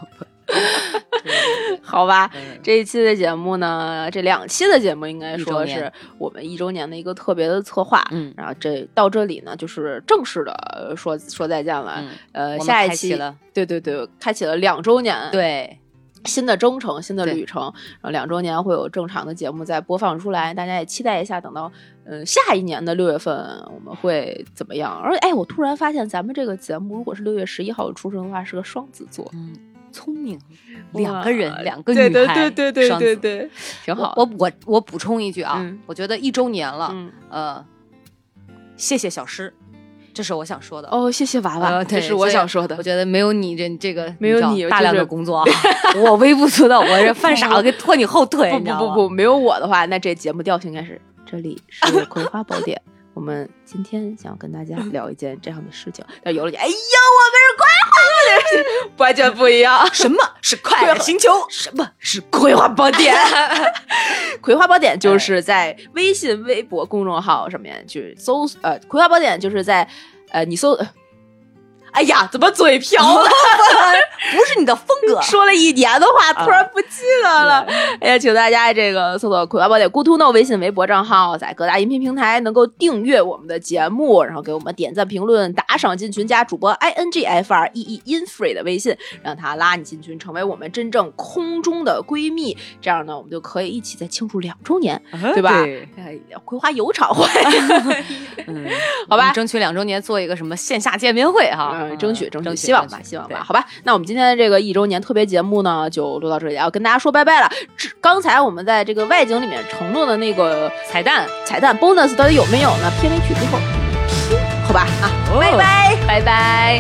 好吧，这一期的节目呢，这两期的节目应该说是我们一周年的一个特别的策划。嗯，然后这到这里呢，就是正式的说说再见了。嗯、呃，下一期对对对，开启了两周年， 对新的征程、新的旅程。然后两周年会有正常的节目再播放出来，大家也期待一下。等到呃下一年的六月份，我们会怎么样？而且哎，我突然发现咱们这个节目如果是六月十一号出生的话，是个双子座。 嗯。聪明，两个人，两个女孩， 对对对对对对对，挺好。 我我我补充一句啊，嗯、我觉得一周年了，嗯、呃，谢谢小诗，这是我想说的。 哦，谢谢娃娃， 呃、 这是我想说的。 我觉得没有你这这个没有你大量的工作，就是、我微不足道，我这犯傻了给拖你后腿。 不不不不，没有我的话，那这节目调性应该是这里是葵花宝典。我们今天想要跟大家聊一件这样的事情，但有了你，哎呀，我们是葵花，完全不一样。 什么是快乐星球？ 什么是葵花宝典？葵花宝典就是在微信、微博公众号上面去搜，呃，葵花宝典就是在，呃，你搜。哎呀，怎么嘴瓢了？ 不是你的风格。 说了一年的话，突然不记得了。啊、哎呀，请大家这个搜索“葵花宝典 Good to Know” 微信、微博账号，在各大音频平台能够订阅我们的节目，然后给我们点赞、评论、打赏、进群，加主播 I N G F R E E Infree 的微信，让他拉你进群，成为我们真正空中的闺蜜。这样呢，我们就可以一起再庆祝两周年，啊、对吧？ 对， 哎，葵花有场会。 嗯， 好吧， 争取两周年做一个什么线下见面会哈。 嗯，争取争取，希望吧，希望吧，好吧。那我们今天的这个一周年特别节目呢，就录到这里，要跟大家说拜拜了。刚才我们在这个外景里面承诺的那个彩蛋， 彩蛋 bonus 到底有没有呢？片尾曲之后听，好吧啊， 哦、 拜拜， 拜拜。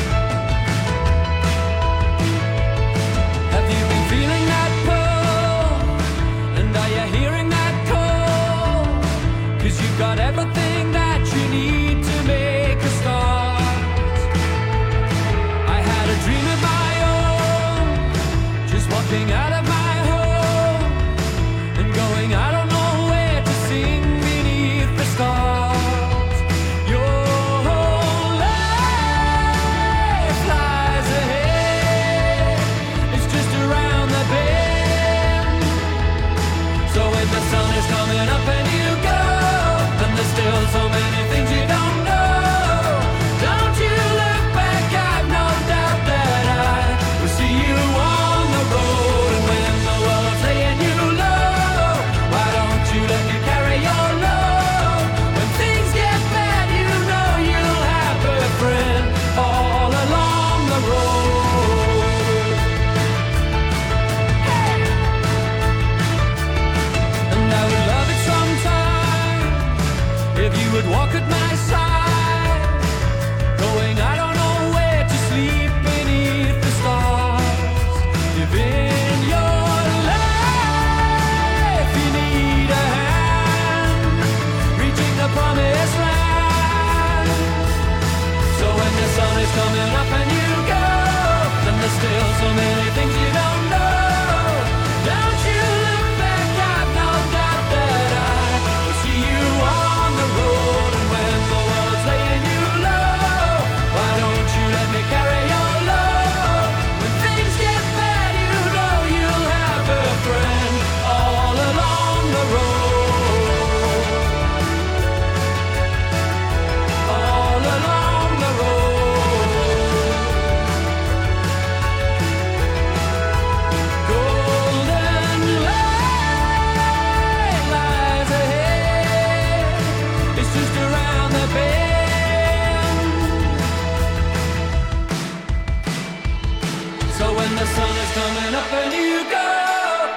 Walking out of my home and going, I don't know where to sing beneath the stars. Your love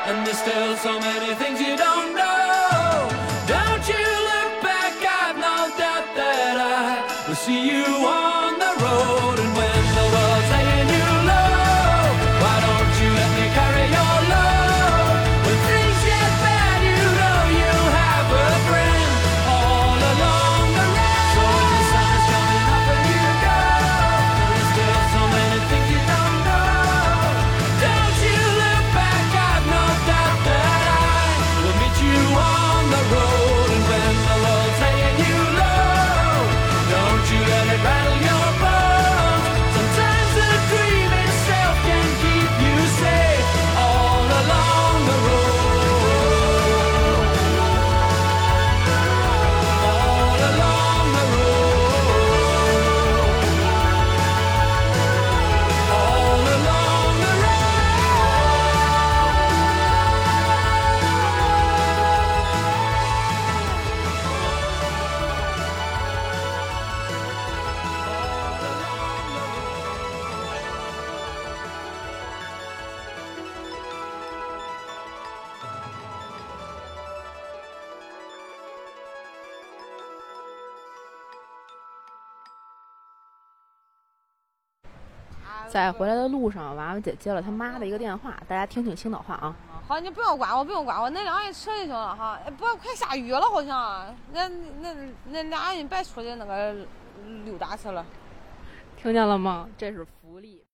and there's still so many things you don't know. Don't you look back, I've no doubt that I will see you on the road. And when the world's laying you low, why don't you let me carry your load? When things get bad, you know you have a friend all along the road. So when the sun is coming up and you go, there's still so many things you don't know. Don't you look back, I've no doubt that I will meet you on the road. And when the world's laying you low, don't you let it rattle your bones. Sometimes the dream itself can keep you safe all along the road. All along the road. All along the road. 在回来的路上，娃娃姐接了他妈的一个电话，大家听听青岛话啊。 好，你不用管我，不用管我，那两人车就行了哈。哎，不，快下雨了，好像那那那俩人别出去那个溜达去了。 听见了吗？这是福利。